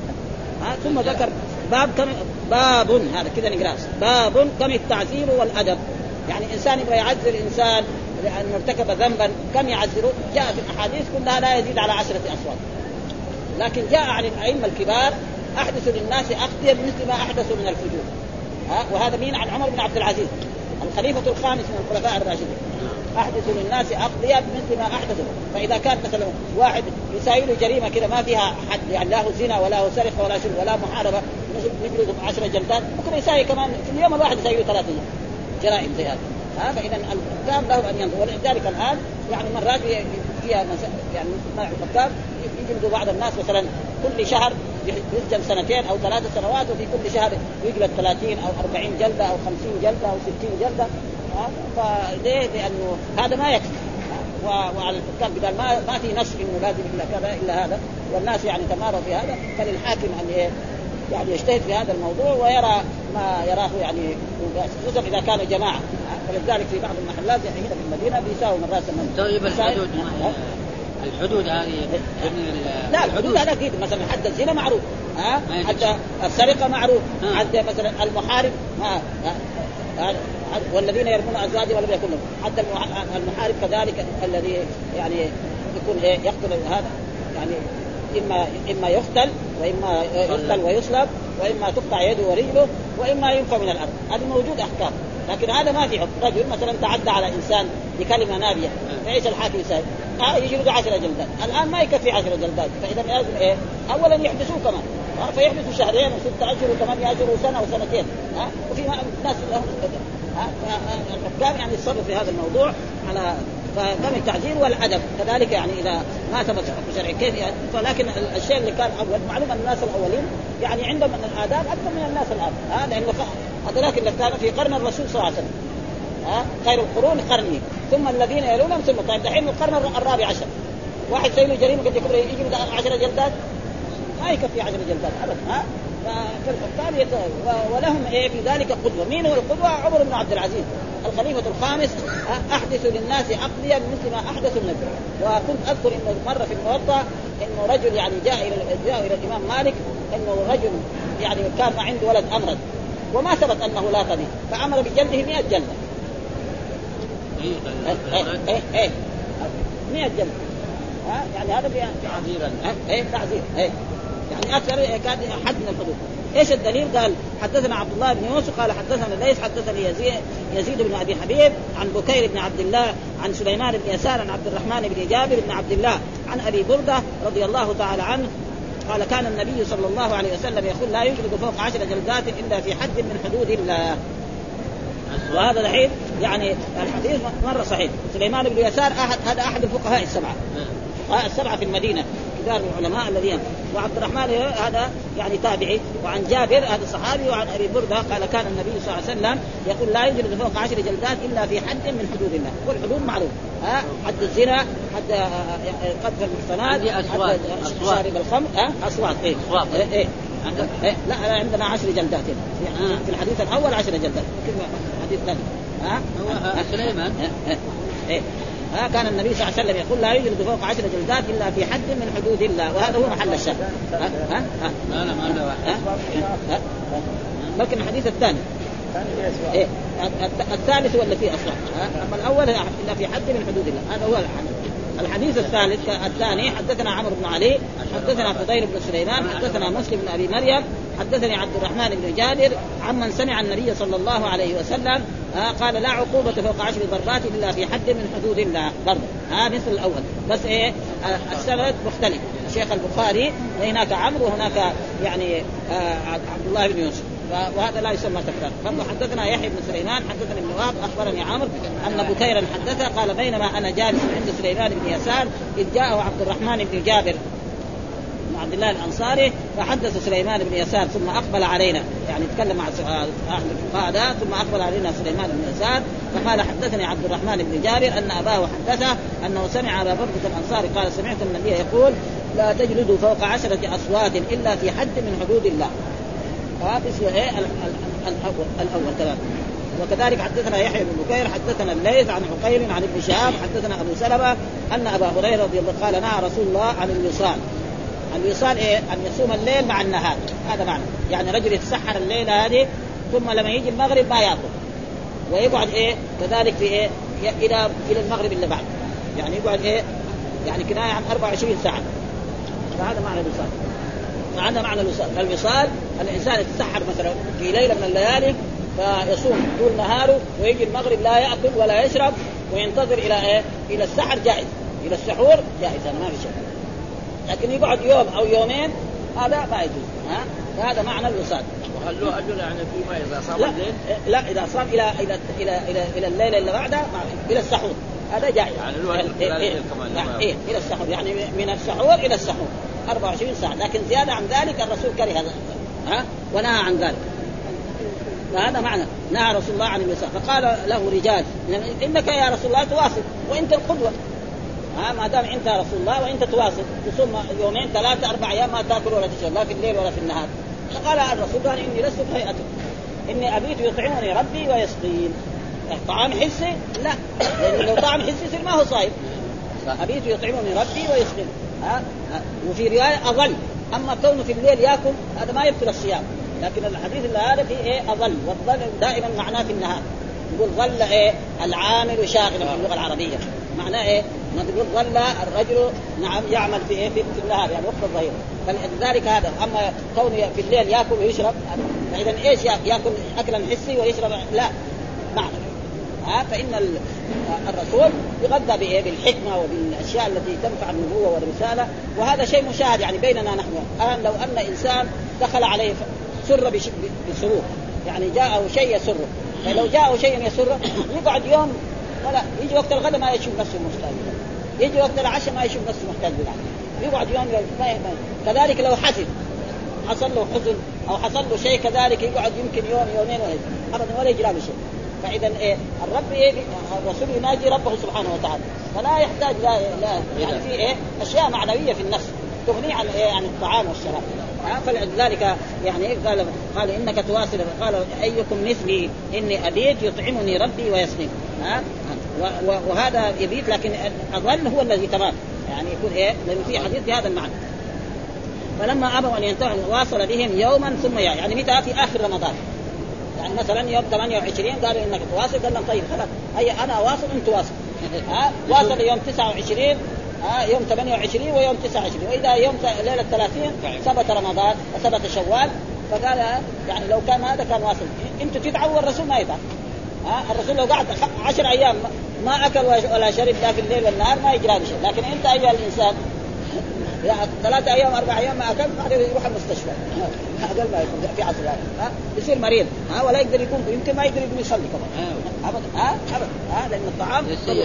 Speaker 1: ها ثم ذكر باب كم باب هذا كذا نقرأ باب كم التعذير والأدب، يعني إنسان يبغى يعذر إنسان لأنه ارتكب ذنبا كم يعذره؟ جاء في الأحاديث كلها لا يزيد على عشرة أصوات، لكن جاء عن الأئمة الكبار أحدثوا للناس أخطيا مثل ما أحدثوا من الفجور. ها وهذا مين؟ عن عمر بن عبد العزيز الخليفة الخامس من الخلفاء الراشدين، أحدثوا للناس أخطيا مثل ما أحدثوا. فإذا كان مثلا واحد يساوي له جريمة كذا ما فيها حد، يعني لا هو زنا ولا هو سرقة ولا شرب ولا محاربة نجلده بعشرة جلدات، ممكن يساوي كمان في اليوم الواحد يساوي ثلاثين جرائم زي هذا. ها فإذا الحكام له أن ينظر، ولذلك الآن يعني مرات فيها يعني منع الحكام يجلدوا بعض الناس مثلا كل شهر يسجن سنتين أو ثلاث سنوات، وفي كل شهر يجلد ثلاثين أو أربعين جلدة أو خمسين جلدة أو ستين جلدة. فليه؟ لأنه هذا ما يكفي، وعلى الحكام بدل ما ما في نص إنه لازم إلا كذا إلا هذا، والناس يعني تماروا في هذا، فللحاكم أن يعني يجتهد في هذا الموضوع ويرى ما يراه يعني خصوصا إذا كانوا جماعة. فلذلك في بعض المحلات هنا في المدينة بيساووا من رأس المال.
Speaker 5: طيب الحدود الحدود هذه
Speaker 1: لا الحدود هذا أكيد، مثلا حد الزنا معروف، ها حتى السرقة معروف، حتى مثلا المحارب ها والذين يرمون أزواجهم ولم يكن لهم، حتى المحارب كذلك الذي يعني يكون يقتل هذا يعني إما إما يقتل وإما يقتل ويصلب وإما تقطع يده ورجله وإما ينفى من الأرض. هذا موجود أحكام، لكن هذا ما في حكم. رجل مثلا تعدى على إنسان بكلمة نابية فإيش الحاكم يسوي؟ آه يجلد عشرة جلدات. الآن ما يكفي عشرة جلدات، فإذا لازم إيه؟ أولا يحبسوه كمان، آه فيحبسوا شهرين وستة أشهر وثمانية أشهر وسنة وسنتين، آه وفي ناس لهم آه الحكام يعني يتصرف في هذا الموضوع على فكم التعزير والأدب كذلك يعني إذا ما ثبت حكم شرعي كيف يعني. فلكن الشيء اللي كان أول معلوم أن الناس الأولين يعني عندهم من الآداب أكثر من الناس الآن ها، لأنه هذاك اللي كان في قرن الرسول صلى الله عليه وسلم ها خير القرون قرني ثم الذين يلونهم ثم طيب دحين القرن الرابع عشر واحد سيله جريمة قد يكون يجي عشر جلدات ما يكفي عشر جلدات أبدا ها. فالحكام ولهم إيه في ذلك قدوة. مين هو القدوة؟ عمر بن عبد العزيز الخليفة الخامس أحدث للناس عقليا مثل ما أحدث النبي. وكنت أذكر إنه مرة في الموطأ إنه رجل يعني جاء إلى جاء إلى الإمام مالك إنه رجل يعني كان عنده ولد أمرض وما ثبت أنه لا قضية فأمر بجلده مئة جلدة. إيه إيه إيه مئة جلدة ها يعني هذا تعذيرا إيه تعذير إيه يعني أكثر كان حد من الحدود. إيش الدليل؟ قال حدثنا عبد الله بن يوسف قال حدثنا ليث حدثني يزيد, يزيد بن أبي حبيب عن بكير بن عبد الله عن سليمان بن يسار عن عبد الرحمن بن جابر بن عبد الله عن أبي بردة رضي الله تعالى عنه قال كان النبي صلى الله عليه وسلم يقول لا يجلد فوق عشر جلدات إلا في حد من حدود الله. وهذا الحين يعني الحديث مرة صحيح. سليمان بن يسار أحد هذا أحد الفقهاء السبعة الفقهاء السبعة في المدينة كبار العلماء الذين. وعبد الرحمن هذا يعني تابعي. وعن جابر هذا صحابي. وعن أبي بردة قال كان النبي صلى الله عليه وسلم يقول لا يجلد فوق عشر جلدات إلا في حد من حدود الله. والحدود معروف ها حد الزنا حد قذف المحصنات حد شارب الخمر ها أصوات إيه إيه, إيه. إيه. لا عندنا عشر جلدات يعني في الحديث الأول عشر جلدات كيف حديث ثاني ها هو سليمان إيه ها كان النبي صلى الله عليه وسلم يقول لا يجلد فوق عشر جلدات إلا في حد من حدود الله. وهذا هو محل الشر. ها ها ها لا لا ما له واحد لكن الحديث الثاني إيه الثالث هو اللي فيه أصلا. أما الأول إلا في حد من حدود الله. هذا هو الحديث. الحديث الثالث الثاني حدثنا عمرو بن علي حدثنا فضيل بن سليمان حدثنا مسلم بن أبي مريم حدثني عبد الرحمن بن جابر عمن سمع النبي صلى الله عليه وسلم قال لا عقوبة فوق عشر ضربات إلا في حد من حدود الله برضه ها مثل الأول بس إيه السند مختلف. الشيخ البخاري هناك عمرو وهناك يعني عبد الله بن يوسف وهذا لا يسمى تكرار. فما حدثنا يحيى بن سليمان حدثنا ابن وهب أخبرني عمرو أن بكيرا حدثه قال بينما أنا جالس عند سليمان بن يسار إذ جاءه عبد الرحمن بن جابر بن عبد الله الأنصاري فحدث سليمان بن يسار ثم أقبل علينا يعني تكلم مع أهل الفقهاء ثم أقبل علينا سليمان بن يسار فقال حدثني عبد الرحمن بن جابر أن أباه حدثه أنه سمع أبا بردة الأنصاري قال سمعت النبي يقول لا تجلدوا فوق عشرة أصوات إلا في حد من حدود الله. هذا إيه الأول الأول كذلك. وكذلك حدثنا يحيى بن بكير حدثنا الليث عن عقيل عن ابن شهاب حدثنا أبو سلمة أن أبا هريرة رضي الله قال نهى رسول الله عن الوصال. الوصال إيه؟ أن يصوم الليل مع النهار. هذا معنى يعني رجل يتسحر الليلة هذه ثم لما يجي المغرب ما يأكل ويقعد إيه كذلك في إيه إلى إلى المغرب اللي بعد يعني يقعد إيه يعني كناية عن أربعة وعشرين ساعة. فهذا معنى الوصال. فهذا معنى الوصال. الوصال الإنسان يتسحر مثلا في ليلة من الليالي فيصوم طول نهاره ويجي المغرب لا يأكل ولا يشرب وينتظر إلى إيه إلى السحر جائز إلى السحور جائز أنا ما في شيء. لكن يقعد يوم أو يومين هذا ما يجوز. ها هذا معنى الوصال.
Speaker 3: وهل له أجل يعني فيما إذا صام
Speaker 1: لا
Speaker 3: الليل؟
Speaker 1: لا إذا صام إلى إلى إلى إلى إلى الليلة اللي بعدها إلى السحور هذا جائز.
Speaker 3: يعني له أجل إيه إيه
Speaker 1: يعني إيه إلى السحور يعني من السحور إلى السحور أربعة وعشرين ساعة. لكن زيادة عن ذلك الرسول كره هذا ها ونهى عن ذلك. فهذا معنى نهى رسول الله عن الوصال. فقال له رجال إنك يا رسول الله تواصل وأنت القدوة ها ما دام أنت رسول الله وأنت تواصل تصوم يومين ثلاثة أربع أيام ما تأكل ولا تشرب لا في الليل ولا في النهار. فقال الرسول قال إني لست كهيئتك إني أبيت يطعمني ربي ويسقين. طعام حسي لا لأن لو طعام حسي يصير ما هو صايم. أبيت يطعمني ربي ويسقين ها وفي رواية أظل. أما كونه في الليل يأكل هذا ما يبطل الصيام. لكن الحديث اللي هذا فيه إيه أظل والظل دائما معناه في النهار. يقول ظل إيه العامل شاغلا في اللغة العربية معناه إيه نقول ظل الرجل نعم يعمل في إيه في النهار يعني وقت الظهيرة. فلذلك هذا أما كونه في الليل يأكل ويشرب فإذا إيش يأكل أكلا حسي ويشرب لا معنى ها. فإن الرسول يغذى بإيه بالحكمة وبالأشياء التي تنفع النبوة والرسالة. وهذا شيء مشاهد يعني بيننا نحن الآن. لو أن إنسان دخل عليه سر بسرور يعني جاءه شيء يسره فلو جاءه شيء يسره يقعد يوم ولا يجي وقت الغداء ما يشوف نفسه محتاج، يجي وقت العشاء ما يشوف نفسه محتاج بالعمل، يقعد يوم ما يهمل. كذلك لو حزن حصل له حزن أو حصل له شيء كذلك يقعد يمكن يوم يومين أبدا ولا يجرى له شيء. فإذا إيه الرب إيه الرسول يناجي ربه سبحانه وتعالى، فلا يحتاج لا لا يعني في إيه أشياء معنوية في النفس تغني عن إيه عن الطعام والشراب. فلذلك يعني إيه قال قال إنك تواصل، قال أيكم مثلي إني أبيت يطعمني ربي ويسقيني. ها وهذا يبيت لكن أظل هو الذي تمام يعني يكون إيه لأنه في حديث بهذا المعنى. فلما أبوا أن ينتهوا واصل بهم يوما ثم يعني متى في آخر رمضان، يعني مثلا يوم ثمانية وعشرين قالوا إنك تواصل، قال لهم طيب خلاص أي أنا واصل أنت واصل. ها واصل يوم تسعة وعشرين ها يوم ثمانية وعشرين ويوم تسعة وعشرين، وإذا يوم ليلة ثلاثين ثبت رمضان وثبت شوال. فقال يعني لو كان هذا كان واصل، أنتوا تدعوا والرسول ما يدعو. ها الرسول لو قعد عشر أيام ما أكل ولا شرب لا في الليل والنهار ما يجرى بشيء، لكن أنت أيها الإنسان ثلاثة أيام أربع أيام ما أكل بعدين يروح المستشفى هذا ما يكون في عصر ها يصير مريض ها ولا يقدر يكون يمكن ما يقدر يقوم يصلي كمان أبدا ها أبدا ها لأن الطعام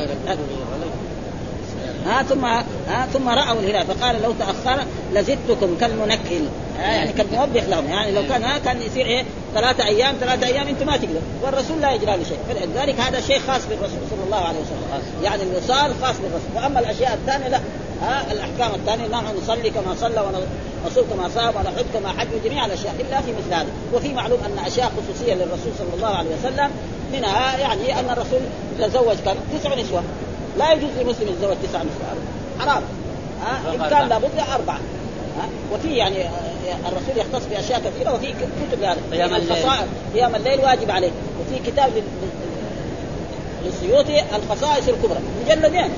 Speaker 1: ها ثم ها ثم رأوا الهلال فقال لو تأخر لزدتكم كالمنكل، يعني كالموبخ لهم، يعني لو كان ها كان يصير إيه ثلاثة أيام ثلاثة أيام أنتم ما تقدر، والرسول لا يجرى له شيء. فلذلك هذا شيء خاص بالرسول صلى الله عليه وسلم، يعني الوصال خاص بالرسول. وأما الأشياء الثانية لا، ها الأحكام الثانية نحن نصلي كما صلى ونصوم كما صام ونحج كما حج جميع الأشياء إلا في مثل هذا. وفي معلوم أن أشياء خصوصية للرسول صلى الله عليه وسلم منها يعني أن الرسول تزوج كان تسع نسوة، لا يجوز لمسلم يتزوج تسع نسوة حرام، ها إن كان لابد أربعة. ها وفي يعني الرسول يختص بأشياء كثيرة وفي كتب هذا قيام الخصائص قيام الليل واجب عليه. وفي كتاب للسيوطي الخصائص الكبرى مجلدين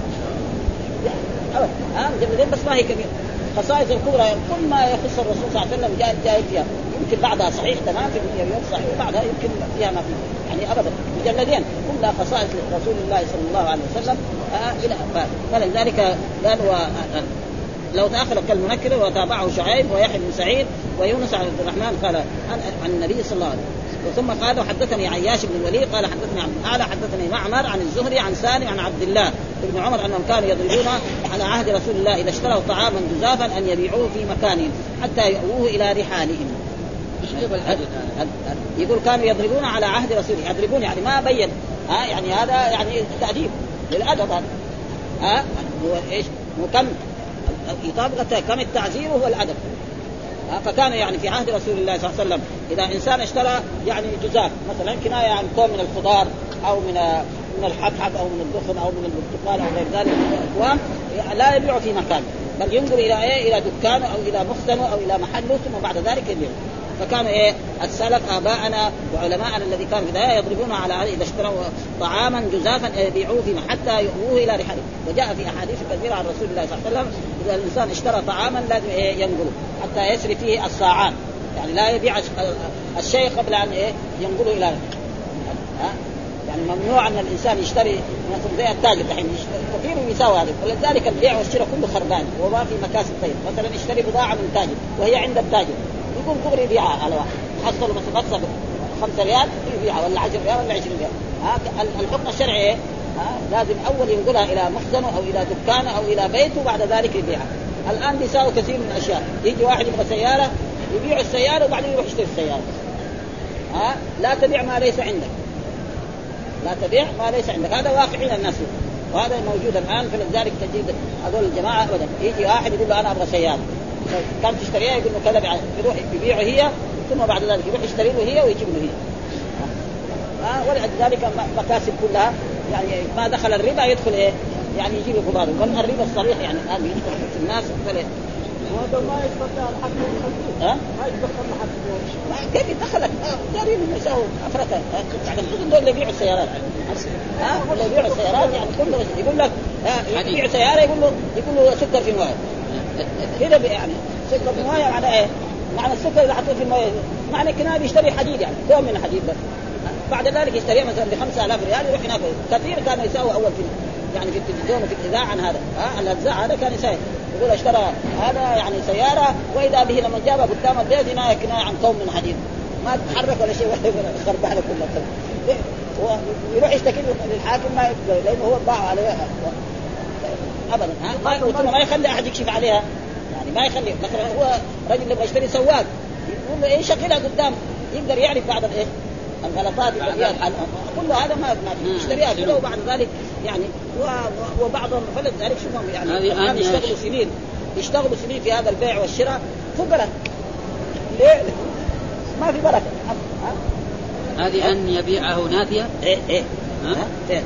Speaker 1: ها أه؟ مجلدين بس ما هي كبيرة. خصائص الكبرى كل ما يخص الرسول صلى الله عليه وسلم جاء جاء فيها، يمكن بعضها صحيح تمام في يوم صحيح وبعضها يمكن فيها ما فيه، يعني أبدا مجلدين كلها خصائص رسول الله صلى الله عليه وسلم آه إلى فلذلك قالوا لو تأخر كالمنكر. وتابعه شعيب ويحيى بن سعيد ويونس عن عبد الرحمن قال عن النبي صلى الله عليه وسلم. ثم قال حدثني عياش بن الوليد قال حدثني عبد الأعلى حدثني معمر عن الزهري عن سالم عن عبد الله بن عمر أنهم كانوا يضربون على عهد رسول الله إذا اشتروا طعاما جزافا أن يبيعوه في مكانهم حتى يؤوه إلى رحالهم. يقول كانوا يضربون على عهد رسول الله، يضربون يعني ما بين ها يعني هذا يعني تأديب للأدب ها هو إيش وكم يطابق كم التعزير هو الأدب. فكان يعني في عهد رسول الله صلى الله عليه وسلم إذا إنسان اشترى يعني جزاف مثلا كناية عن كوم من الخضار أو من من الحبحب أو من الدخن أو من البرتقال أو غير ذلك من الأكوام لا يبيع في مكان، بل ينظر إلى إيه إلى دكانه أو إلى مخزنه أو إلى محله ثم بعد ذلك يبيع. فكان إيه السلف آباءنا وعلماءنا الذي كانوا في ذلك يضربون على إذا اشتروا طعاما جزافا يبيعوه فيه حتى يؤوه إلى رحاله. وجاء في أحاديث كثيرة عن رسول الله صلى الله عليه وسلم إذا الإنسان اشترى طعاما لازم إيه ينقله حتى يسري فيه الصاعان، يعني لا يبيع الشيء قبل أن إيه ينقله إلى ها يعني ممنوع أن الإنسان يشتري مثلا زي التاجر دحين كثير يساوي هذا. ولذلك البيع والشراء كله خربان وما في مكاسب طيب. مثلا يشتري بضاعة من تاجر وهي عند التاجر يقوم كبر يبيعها على واحد حصل مثلا مكسب خمسة ريال يبيعها ولا عشرة ريال ولا عشرين ريال. ها الحكم الشرعي إيه؟ ها لازم أول ينقلها إلى مخزنه أو إلى دكانه أو إلى بيته وبعد ذلك يبيعها. الآن بيساوي كثير من الأشياء، يجي واحد يبغى سيارة يبيع السيارة وبعدين يروح يشتري السيارة. ها لا تبيع ما ليس عندك، لا تبيع ما ليس عندك، هذا واقعين الناس وهذا موجود الآن. فلذلك تجد هذول الجماعة أبدا يجي واحد يقول له أنا أبغى سيارة كان تشتريها يقول له كذا يروح يبيعه هي ثم بعد ذلك يروح يشتري له هي ويجيب له هي. ها ولذلك مكاسب كلها يعني ما دخل الربا يدخل إيه يعني يجيب الخضار. والربا الصريح يعني الآن يدخل في الناس فليه
Speaker 2: وهذا ما يستطيع الحق
Speaker 1: ها
Speaker 2: ما يدخل الحق
Speaker 1: كيف يدخلك دارين يساووا أفرقة يعني خذوا دول اللي يبيعوا السيارات ها ولا يبيعوا السيارات يعني كله يقول لك يبيع سيارة يقول له يقول له سكر في المويه كده يعني سكر في المويه معنى إيه؟ معنى السكر اللي حطوه في المويه معنى كنا بيشتري حديد يعني كوم من الحديد بس بعد ذلك يشتريها مثلا بخمسة آلاف ريال يروح هناك. كثير كانوا يساووا أول في يعني في التلفزيون وفي الإذاعة عن هذا ها الهزاع هذا كان يساوي يقول اشترى هذا يعني سيارة وإذا به لما جابها قدام البيت هنا كنا عن كوم من حديد ما تتحرك ولا شيء ولا خربانة كلها. ويروح يشتكي للحاكم ما يقدر لانه هو باع عليها ابدا. ها ما ما يخلي احد يكشف عليها يعني ما يخلي. مثلا هو رجل يبغى يشتري سواق يقول له ايش شغلها قدام يقدر يعرف بعض الايه الغلطات اللي كل هذا ما ما يشتريها كله وبعد ذلك يعني وبعضهم فلذ ذلك شوفهم يعني كانوا يشتغلوا سنين يشتغلوا سنين في هذا البيع والشراء فقراء ليه ما في بركه.
Speaker 5: هذه أن يبيعه نافية.
Speaker 1: إيه إيه
Speaker 5: ها إيه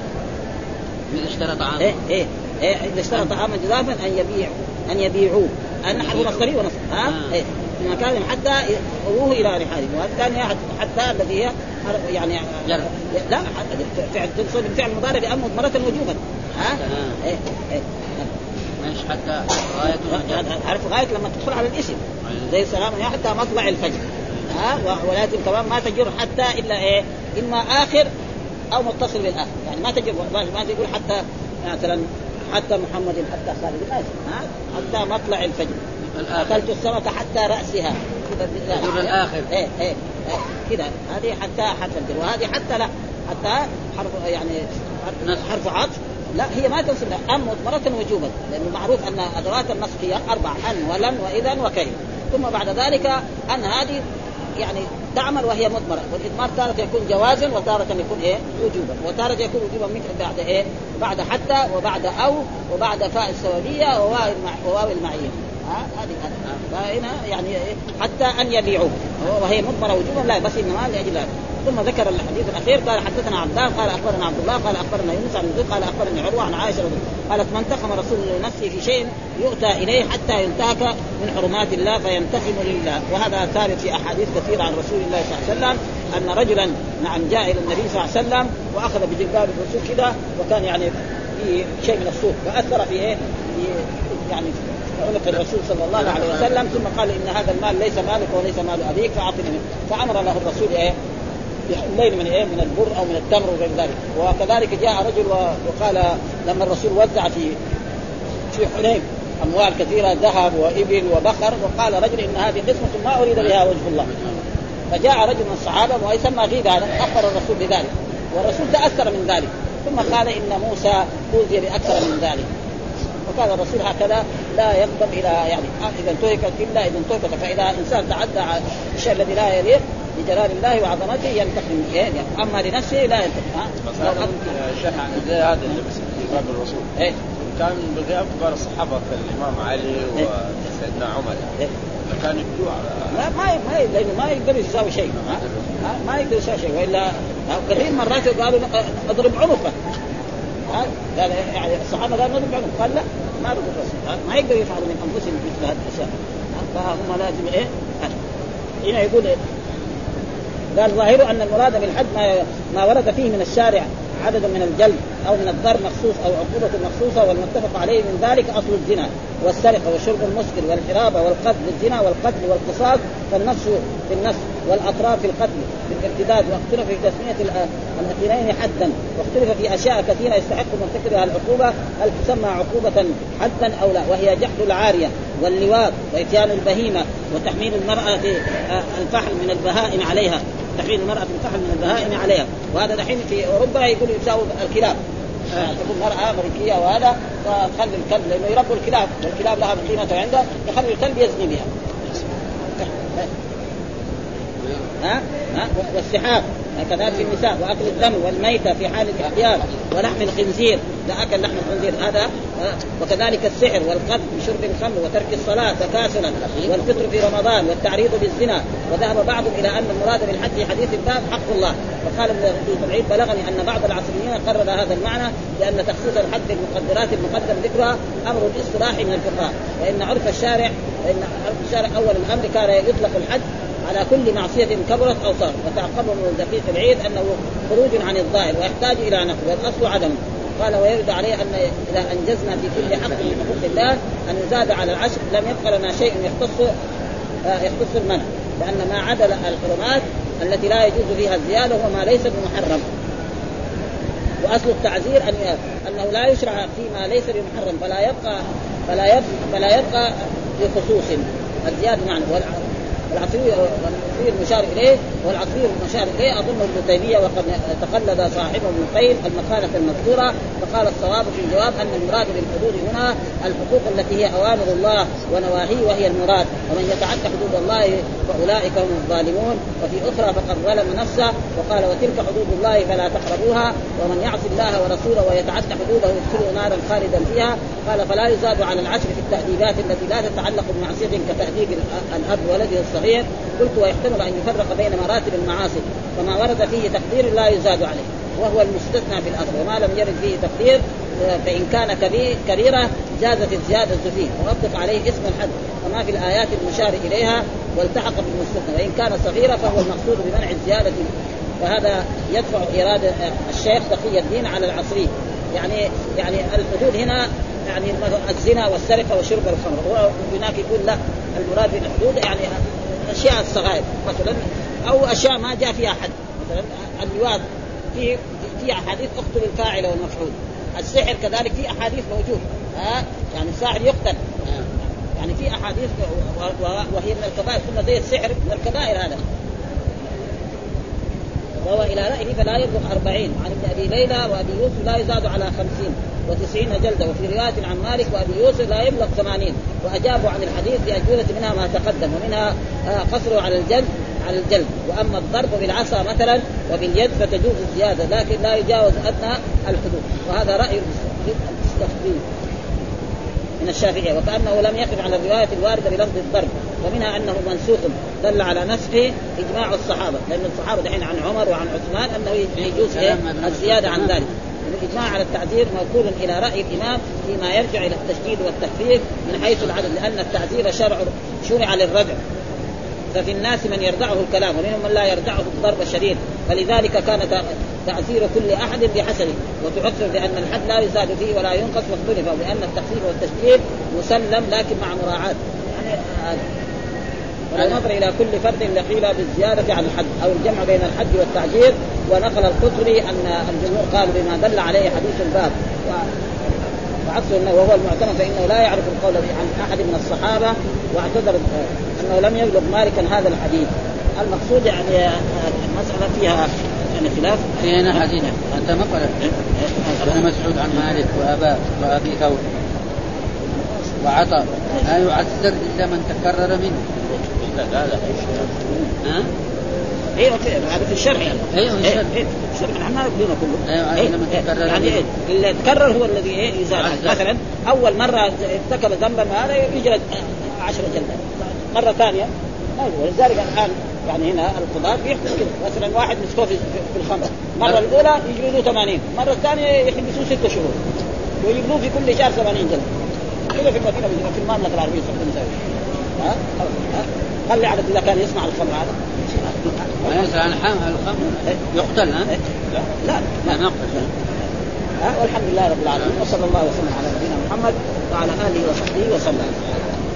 Speaker 5: إذا اشترى طعاما
Speaker 1: إيه إيه إيه إذا اشترى طعاما جذابا أن يبيع أن يبيعوه أن حرف مصدري ونصب ها آه. إيه في مكان حتى يروه إلى رحاله. والثانية حتى الذي هي يعني
Speaker 5: جرب.
Speaker 1: لا فعل تنصب الفعل المضارع لأمه مرة وجوبا ها آه. إيه إيه
Speaker 5: مش حتى غاية
Speaker 1: عارف غاية لما تدخل على الاسم زي سلام يا حتى مطلع الفجر ها ولكن كمان ما تجر حتى إلا إيه إما آخر أو متصل بالآخر يعني ما تجر ما تقول حتى مثلا حتى محمد حتى خالد الناس ها حتى مطلع الفجر أكلت السمك حتى رأسها
Speaker 5: تجر الآخر
Speaker 1: إيه إيه, إيه كده هذه حتى حرف الجر وهذه حتى لا حتى حرف يعني حرف عطف لا هي ما تنصب أم مرة وجوبا لأنه معروف أن أدوات النصب هي أربع أن ولن وإذن وكيف ثم بعد ذلك أن هذه يعني تعمل وهي مضمرة والإضمار تارة يكون جوازا وتارة يكون إيه وجوبا وتارة يكون وجوبا مثل بعد إيه بعد حتى وبعد أو وبعد فاء السببية وواو المعية هذه فهنا يعني حتى أن يبيعوه وهي مضمرة وجوبا لا بس إنما لأجل هذا. ثم ذكر الحديث الأخير قال حدثنا عبدان قال أخبرنا عبد الله قال أخبرنا يونس عن زيد قال أخبرني عروة عن عائشة قالت من انتقم رسول الله نفسه في شيء يؤتى إليه حتى ينتهك من حرمات الله فينتقم لله. وهذا ثابت في أحاديث كثيرة عن رسول الله صلى الله عليه وسلم أن رجلا نعم جاء إلى النبي صلى الله عليه وسلم وأخذ بجلباب الرسول كذا وكان يعني في شيء من الصوف فأثر في إيه في يعني عنق الرسول صلى الله عليه وسلم ثم قال إن هذا المال ليس مالك وليس مال أبيك فأعطني منه فأمر له الرسول إيه بحلين من إيه من البر أو من التمر وغير ذلك. وكذلك جاء رجل وقال لما الرسول وزع في في حنين أموال كثيرة ذهب وإبل وبقر وقال رجل إن هذه قسمة ما أريد بها وجه الله فجاء رجل من الصحابة ويسمى غيبة أخبر الرسول بذلك والرسول تأثر من ذلك ثم قال إن موسى أوذي بأكثر من ذلك وقال الرسول هكذا لا يقدم إلى يعني إذا انتهكت إلا إذا انتهكت فإذا إنسان تعدى على الشيء الذي لا يليق بجلال الله وعظمته ينتقم يعني أما لنفسه لا ينتقم.
Speaker 3: الشيخ عن زي هذا اللي بس في باب الرسول
Speaker 1: إيه؟
Speaker 3: كان بغياب كبار الصحابة كالإمام علي وسيدنا عمر
Speaker 1: إيه؟
Speaker 3: كان يبدو
Speaker 1: لا ما ما لأنه ما يقدر يساوي شيء ما, ما يقدر يساوي شيء وإلا كثير مرات قالوا اضرب عنقه قال يعني الصحابة قالوا نضرب عنقه قال لا ما نضرب الرسول ما يقدر يفعلوا من أنفسهم مثل هذه الأشياء فهم لازم إيه هنا يقول إيه؟ قال ظاهر أن المراد بالحد ما, ما ورد فيه من الشارع عدد من الجلد أو من الضرب مخصوص أو عقوبة مخصوصة والمتفق عليه من ذلك أصل الزنا والسرقة والشرب المسكر والحرابة والقتل الزنا والقتل والقصاص فالنص في النص والأطراف في القتل بالارتداد واختلف في تسمية الاثنين حدا واختلف في أشياء كثيرة يستحق مرتكبها العقوبة هل تسمى عقوبة حدا أو لا وهي جحد العارية واللواط وإتيان البهيمة وتحميل المرأة الفحل من البهائم عليها تحميل المرأة الفحل من البهائم عليها وهذا دحين في أوروبا يقول يساوي الكلاب تكون مرأة أمريكية وهذا فتخلي الكلب لأنه يربوا الكلاب والكلاب لها قيمة عنده يخلي الكلب يزني بها ها ها والسحاب كذلك في النساء واكل الدم والميتة في حال الاحتيال ولحم الخنزير لا اكل لحم الخنزير هذا وكذلك السحر والقتل بشرب الخمر وترك الصلاة تكاسلا والفطر في رمضان والتعريض بالزنا وذهب بعضهم الى ان المراد بالحد في حديث الباب حق الله وقال ابن العيد بلغني ان بعض العصريين قرر هذا المعنى لان تخصيص الحد بالمقدرات المقدم ذكرها امر اصطلاحي من الفقهاء وان عرف الشارع وان عرف الشارع اول الامر كان يطلق الحد على كل معصية كبرت أو صارت وتعقبه من دقيق العيد أنه خروج عن الظاهر ويحتاج إلى نقل والأصل عدمه قال ويرد عليه أن إذا أنجزنا في كل حق من حقوق الله أن يزاد على العشر لم يبقى لنا شيء يختص يختص المنع لأن ما عدل الحرمات التي لا يجوز فيها الزيادة هو ما ليس بمحرم وأصل التعزير أن أنه لا يشرع فيما ليس بمحرم فلا يبقى فلا يبقى, فلا يبقى لخصوص الزيادة معنى العصير والعصير المشار اليه والعصير المشار اليه اظنه ابن تيميه، وقد تقلد صاحبه ابن القيم المقاله المذكوره، فقال الصواب في الجواب ان المراد بالحدود هنا الحقوق التي هي اوامر الله ونواهيه وهي المراد، ومن يتعدى حدود الله فاولئك هم الظالمون. وفي اخرى فقد ظلم نفسه وقال وتلك حدود الله فلا تقربوها ومن يعص الله ورسوله ويتعدى حدوده يدخله نارا خالدا فيها. قال فلا يزاد على العشر في التأديبات التي لا تتعلق بمعصية كتأديب الأب ولده الصغير. قلت ويحتمل أن يفرق بين مراتب المعاصي، فما ورد فيه تقدير لا يزاد عليه وهو المستثنى في الأصل، وما لم يرد فيه تقدير فإن كان كبيرة جازت الزيادة فيه وأطلق عليه اسم الحد وما في الآيات المشار إليها والتحق بالمستثنى، وإن كان صغيرة فهو المقصود بمنع الزيادة. فهذا يدفع إرادة الشيخ تقي الدين على العصري، يعني يعني الحدود هنا يعني الزنا والسرقة وشرب الخمر، وهناك يقول لا المراد بالحدود يعني أشياء الصغائر مثلا أو أشياء ما جاء فيها حد، مثلا اللواط في في أحاديث اقتل الفاعل والمفعول، السحر كذلك في أحاديث موجود ها يعني الساحر يقتل، يعني في أحاديث وهي من الكبائر كنا زي السحر من الكبائر هذا. وهو إلى رأيه فلا يبلغ أربعين. عن ابن أبي ليلى وأبي يوسف لا يزاد على خمسين وتسعين جلدة. وفي رواية عن مالك وأبي يوسف لا يبلغ ثمانين. وأجابوا عن الحديث بأجوبة منها ما تقدم، ومنها قصره على الجلد على الجلد. وأما الضرب بالعصا مثلا وباليد فتجوز الزيادة لكن لا يجاوز أدنى الحدود، وهذا رأي المستخدمين من الشافعية، وكأنه لم يقف على الرواية الواردة بلفظ الضرب، ومنها أنه منسوخ دل على نسخه إجماع الصحابة، لأن الصحابة دحين عن عمر وعن عثمان أنه يجوز الزيادة عن ذلك. الإجماع على التعزير موكول إلى رأي الإمام فيما يرجع إلى التشديد والتخفيف من حيث العدد، لأن التعزير شرع شرع للردع، ففي الناس من يردعه الكلام ومنهم من لا يردعه الضرب الشديد، فلذلك كان تعزير كل أحد بحسنه، وتعثر بأن الحد لا يزاد فيه ولا ينقص واختلف، وبأن التخفيف والتشديد مسلم لكن مع مراعاة يعني ولا نظر إلى كل فرد لقيل بالزيادة عن الحد أو الجمع بين الحد والتعزير. ونقل القطري أن الجمهور قالوا بما دل عليه حديث الباب وعكسه أنه وهو المعتمد فإنه لا يعرف القول عن أحد من الصحابة، واعتذر أنه لم يبلغ مالكا هذا الحديث. المقصود يعني المسألة فيها يعني خلاف.
Speaker 5: في هنا حديث أنت ما قلت ابن مسعود عن مالك وأبا وأبي ثور وعطى لا يعذر إلا من تكرر منه.
Speaker 3: لا لا
Speaker 5: ها؟
Speaker 1: ايوه هذا في الشرع يعني.
Speaker 5: ايوه في الشرع
Speaker 1: ايه الشرع نحن ما يقولون كله.
Speaker 5: ايوه
Speaker 1: إيه
Speaker 5: لما تكرر
Speaker 1: يعني ايه اللي تكرر هو الذي ايه يزال. مثلا اول مره ارتكب ذنبا هذا يجلد عشرة جلدات، مره ثانيه ما يقول. ولذلك الان يعني هنا القضاة بيحكموا كده، مثلا واحد مسكوه في الخمر المره الاولى يجلدوه ثمانين، المره الثانيه يحبسوه ست شهور ويجلدوه في كل شهر ثمانين جلد. كده في المدينه في المملكه العربيه السعوديه. ها خلي على اللي كان يسمع الخمر هذا
Speaker 5: ما يسأل عن الخمر يقتل. ها
Speaker 1: لا لا
Speaker 5: لا ما يقتل.
Speaker 1: ها والحمد لله رب العالمين، وصلى الله وسلم على نبينا محمد وعلى آله وصحبه وسلم.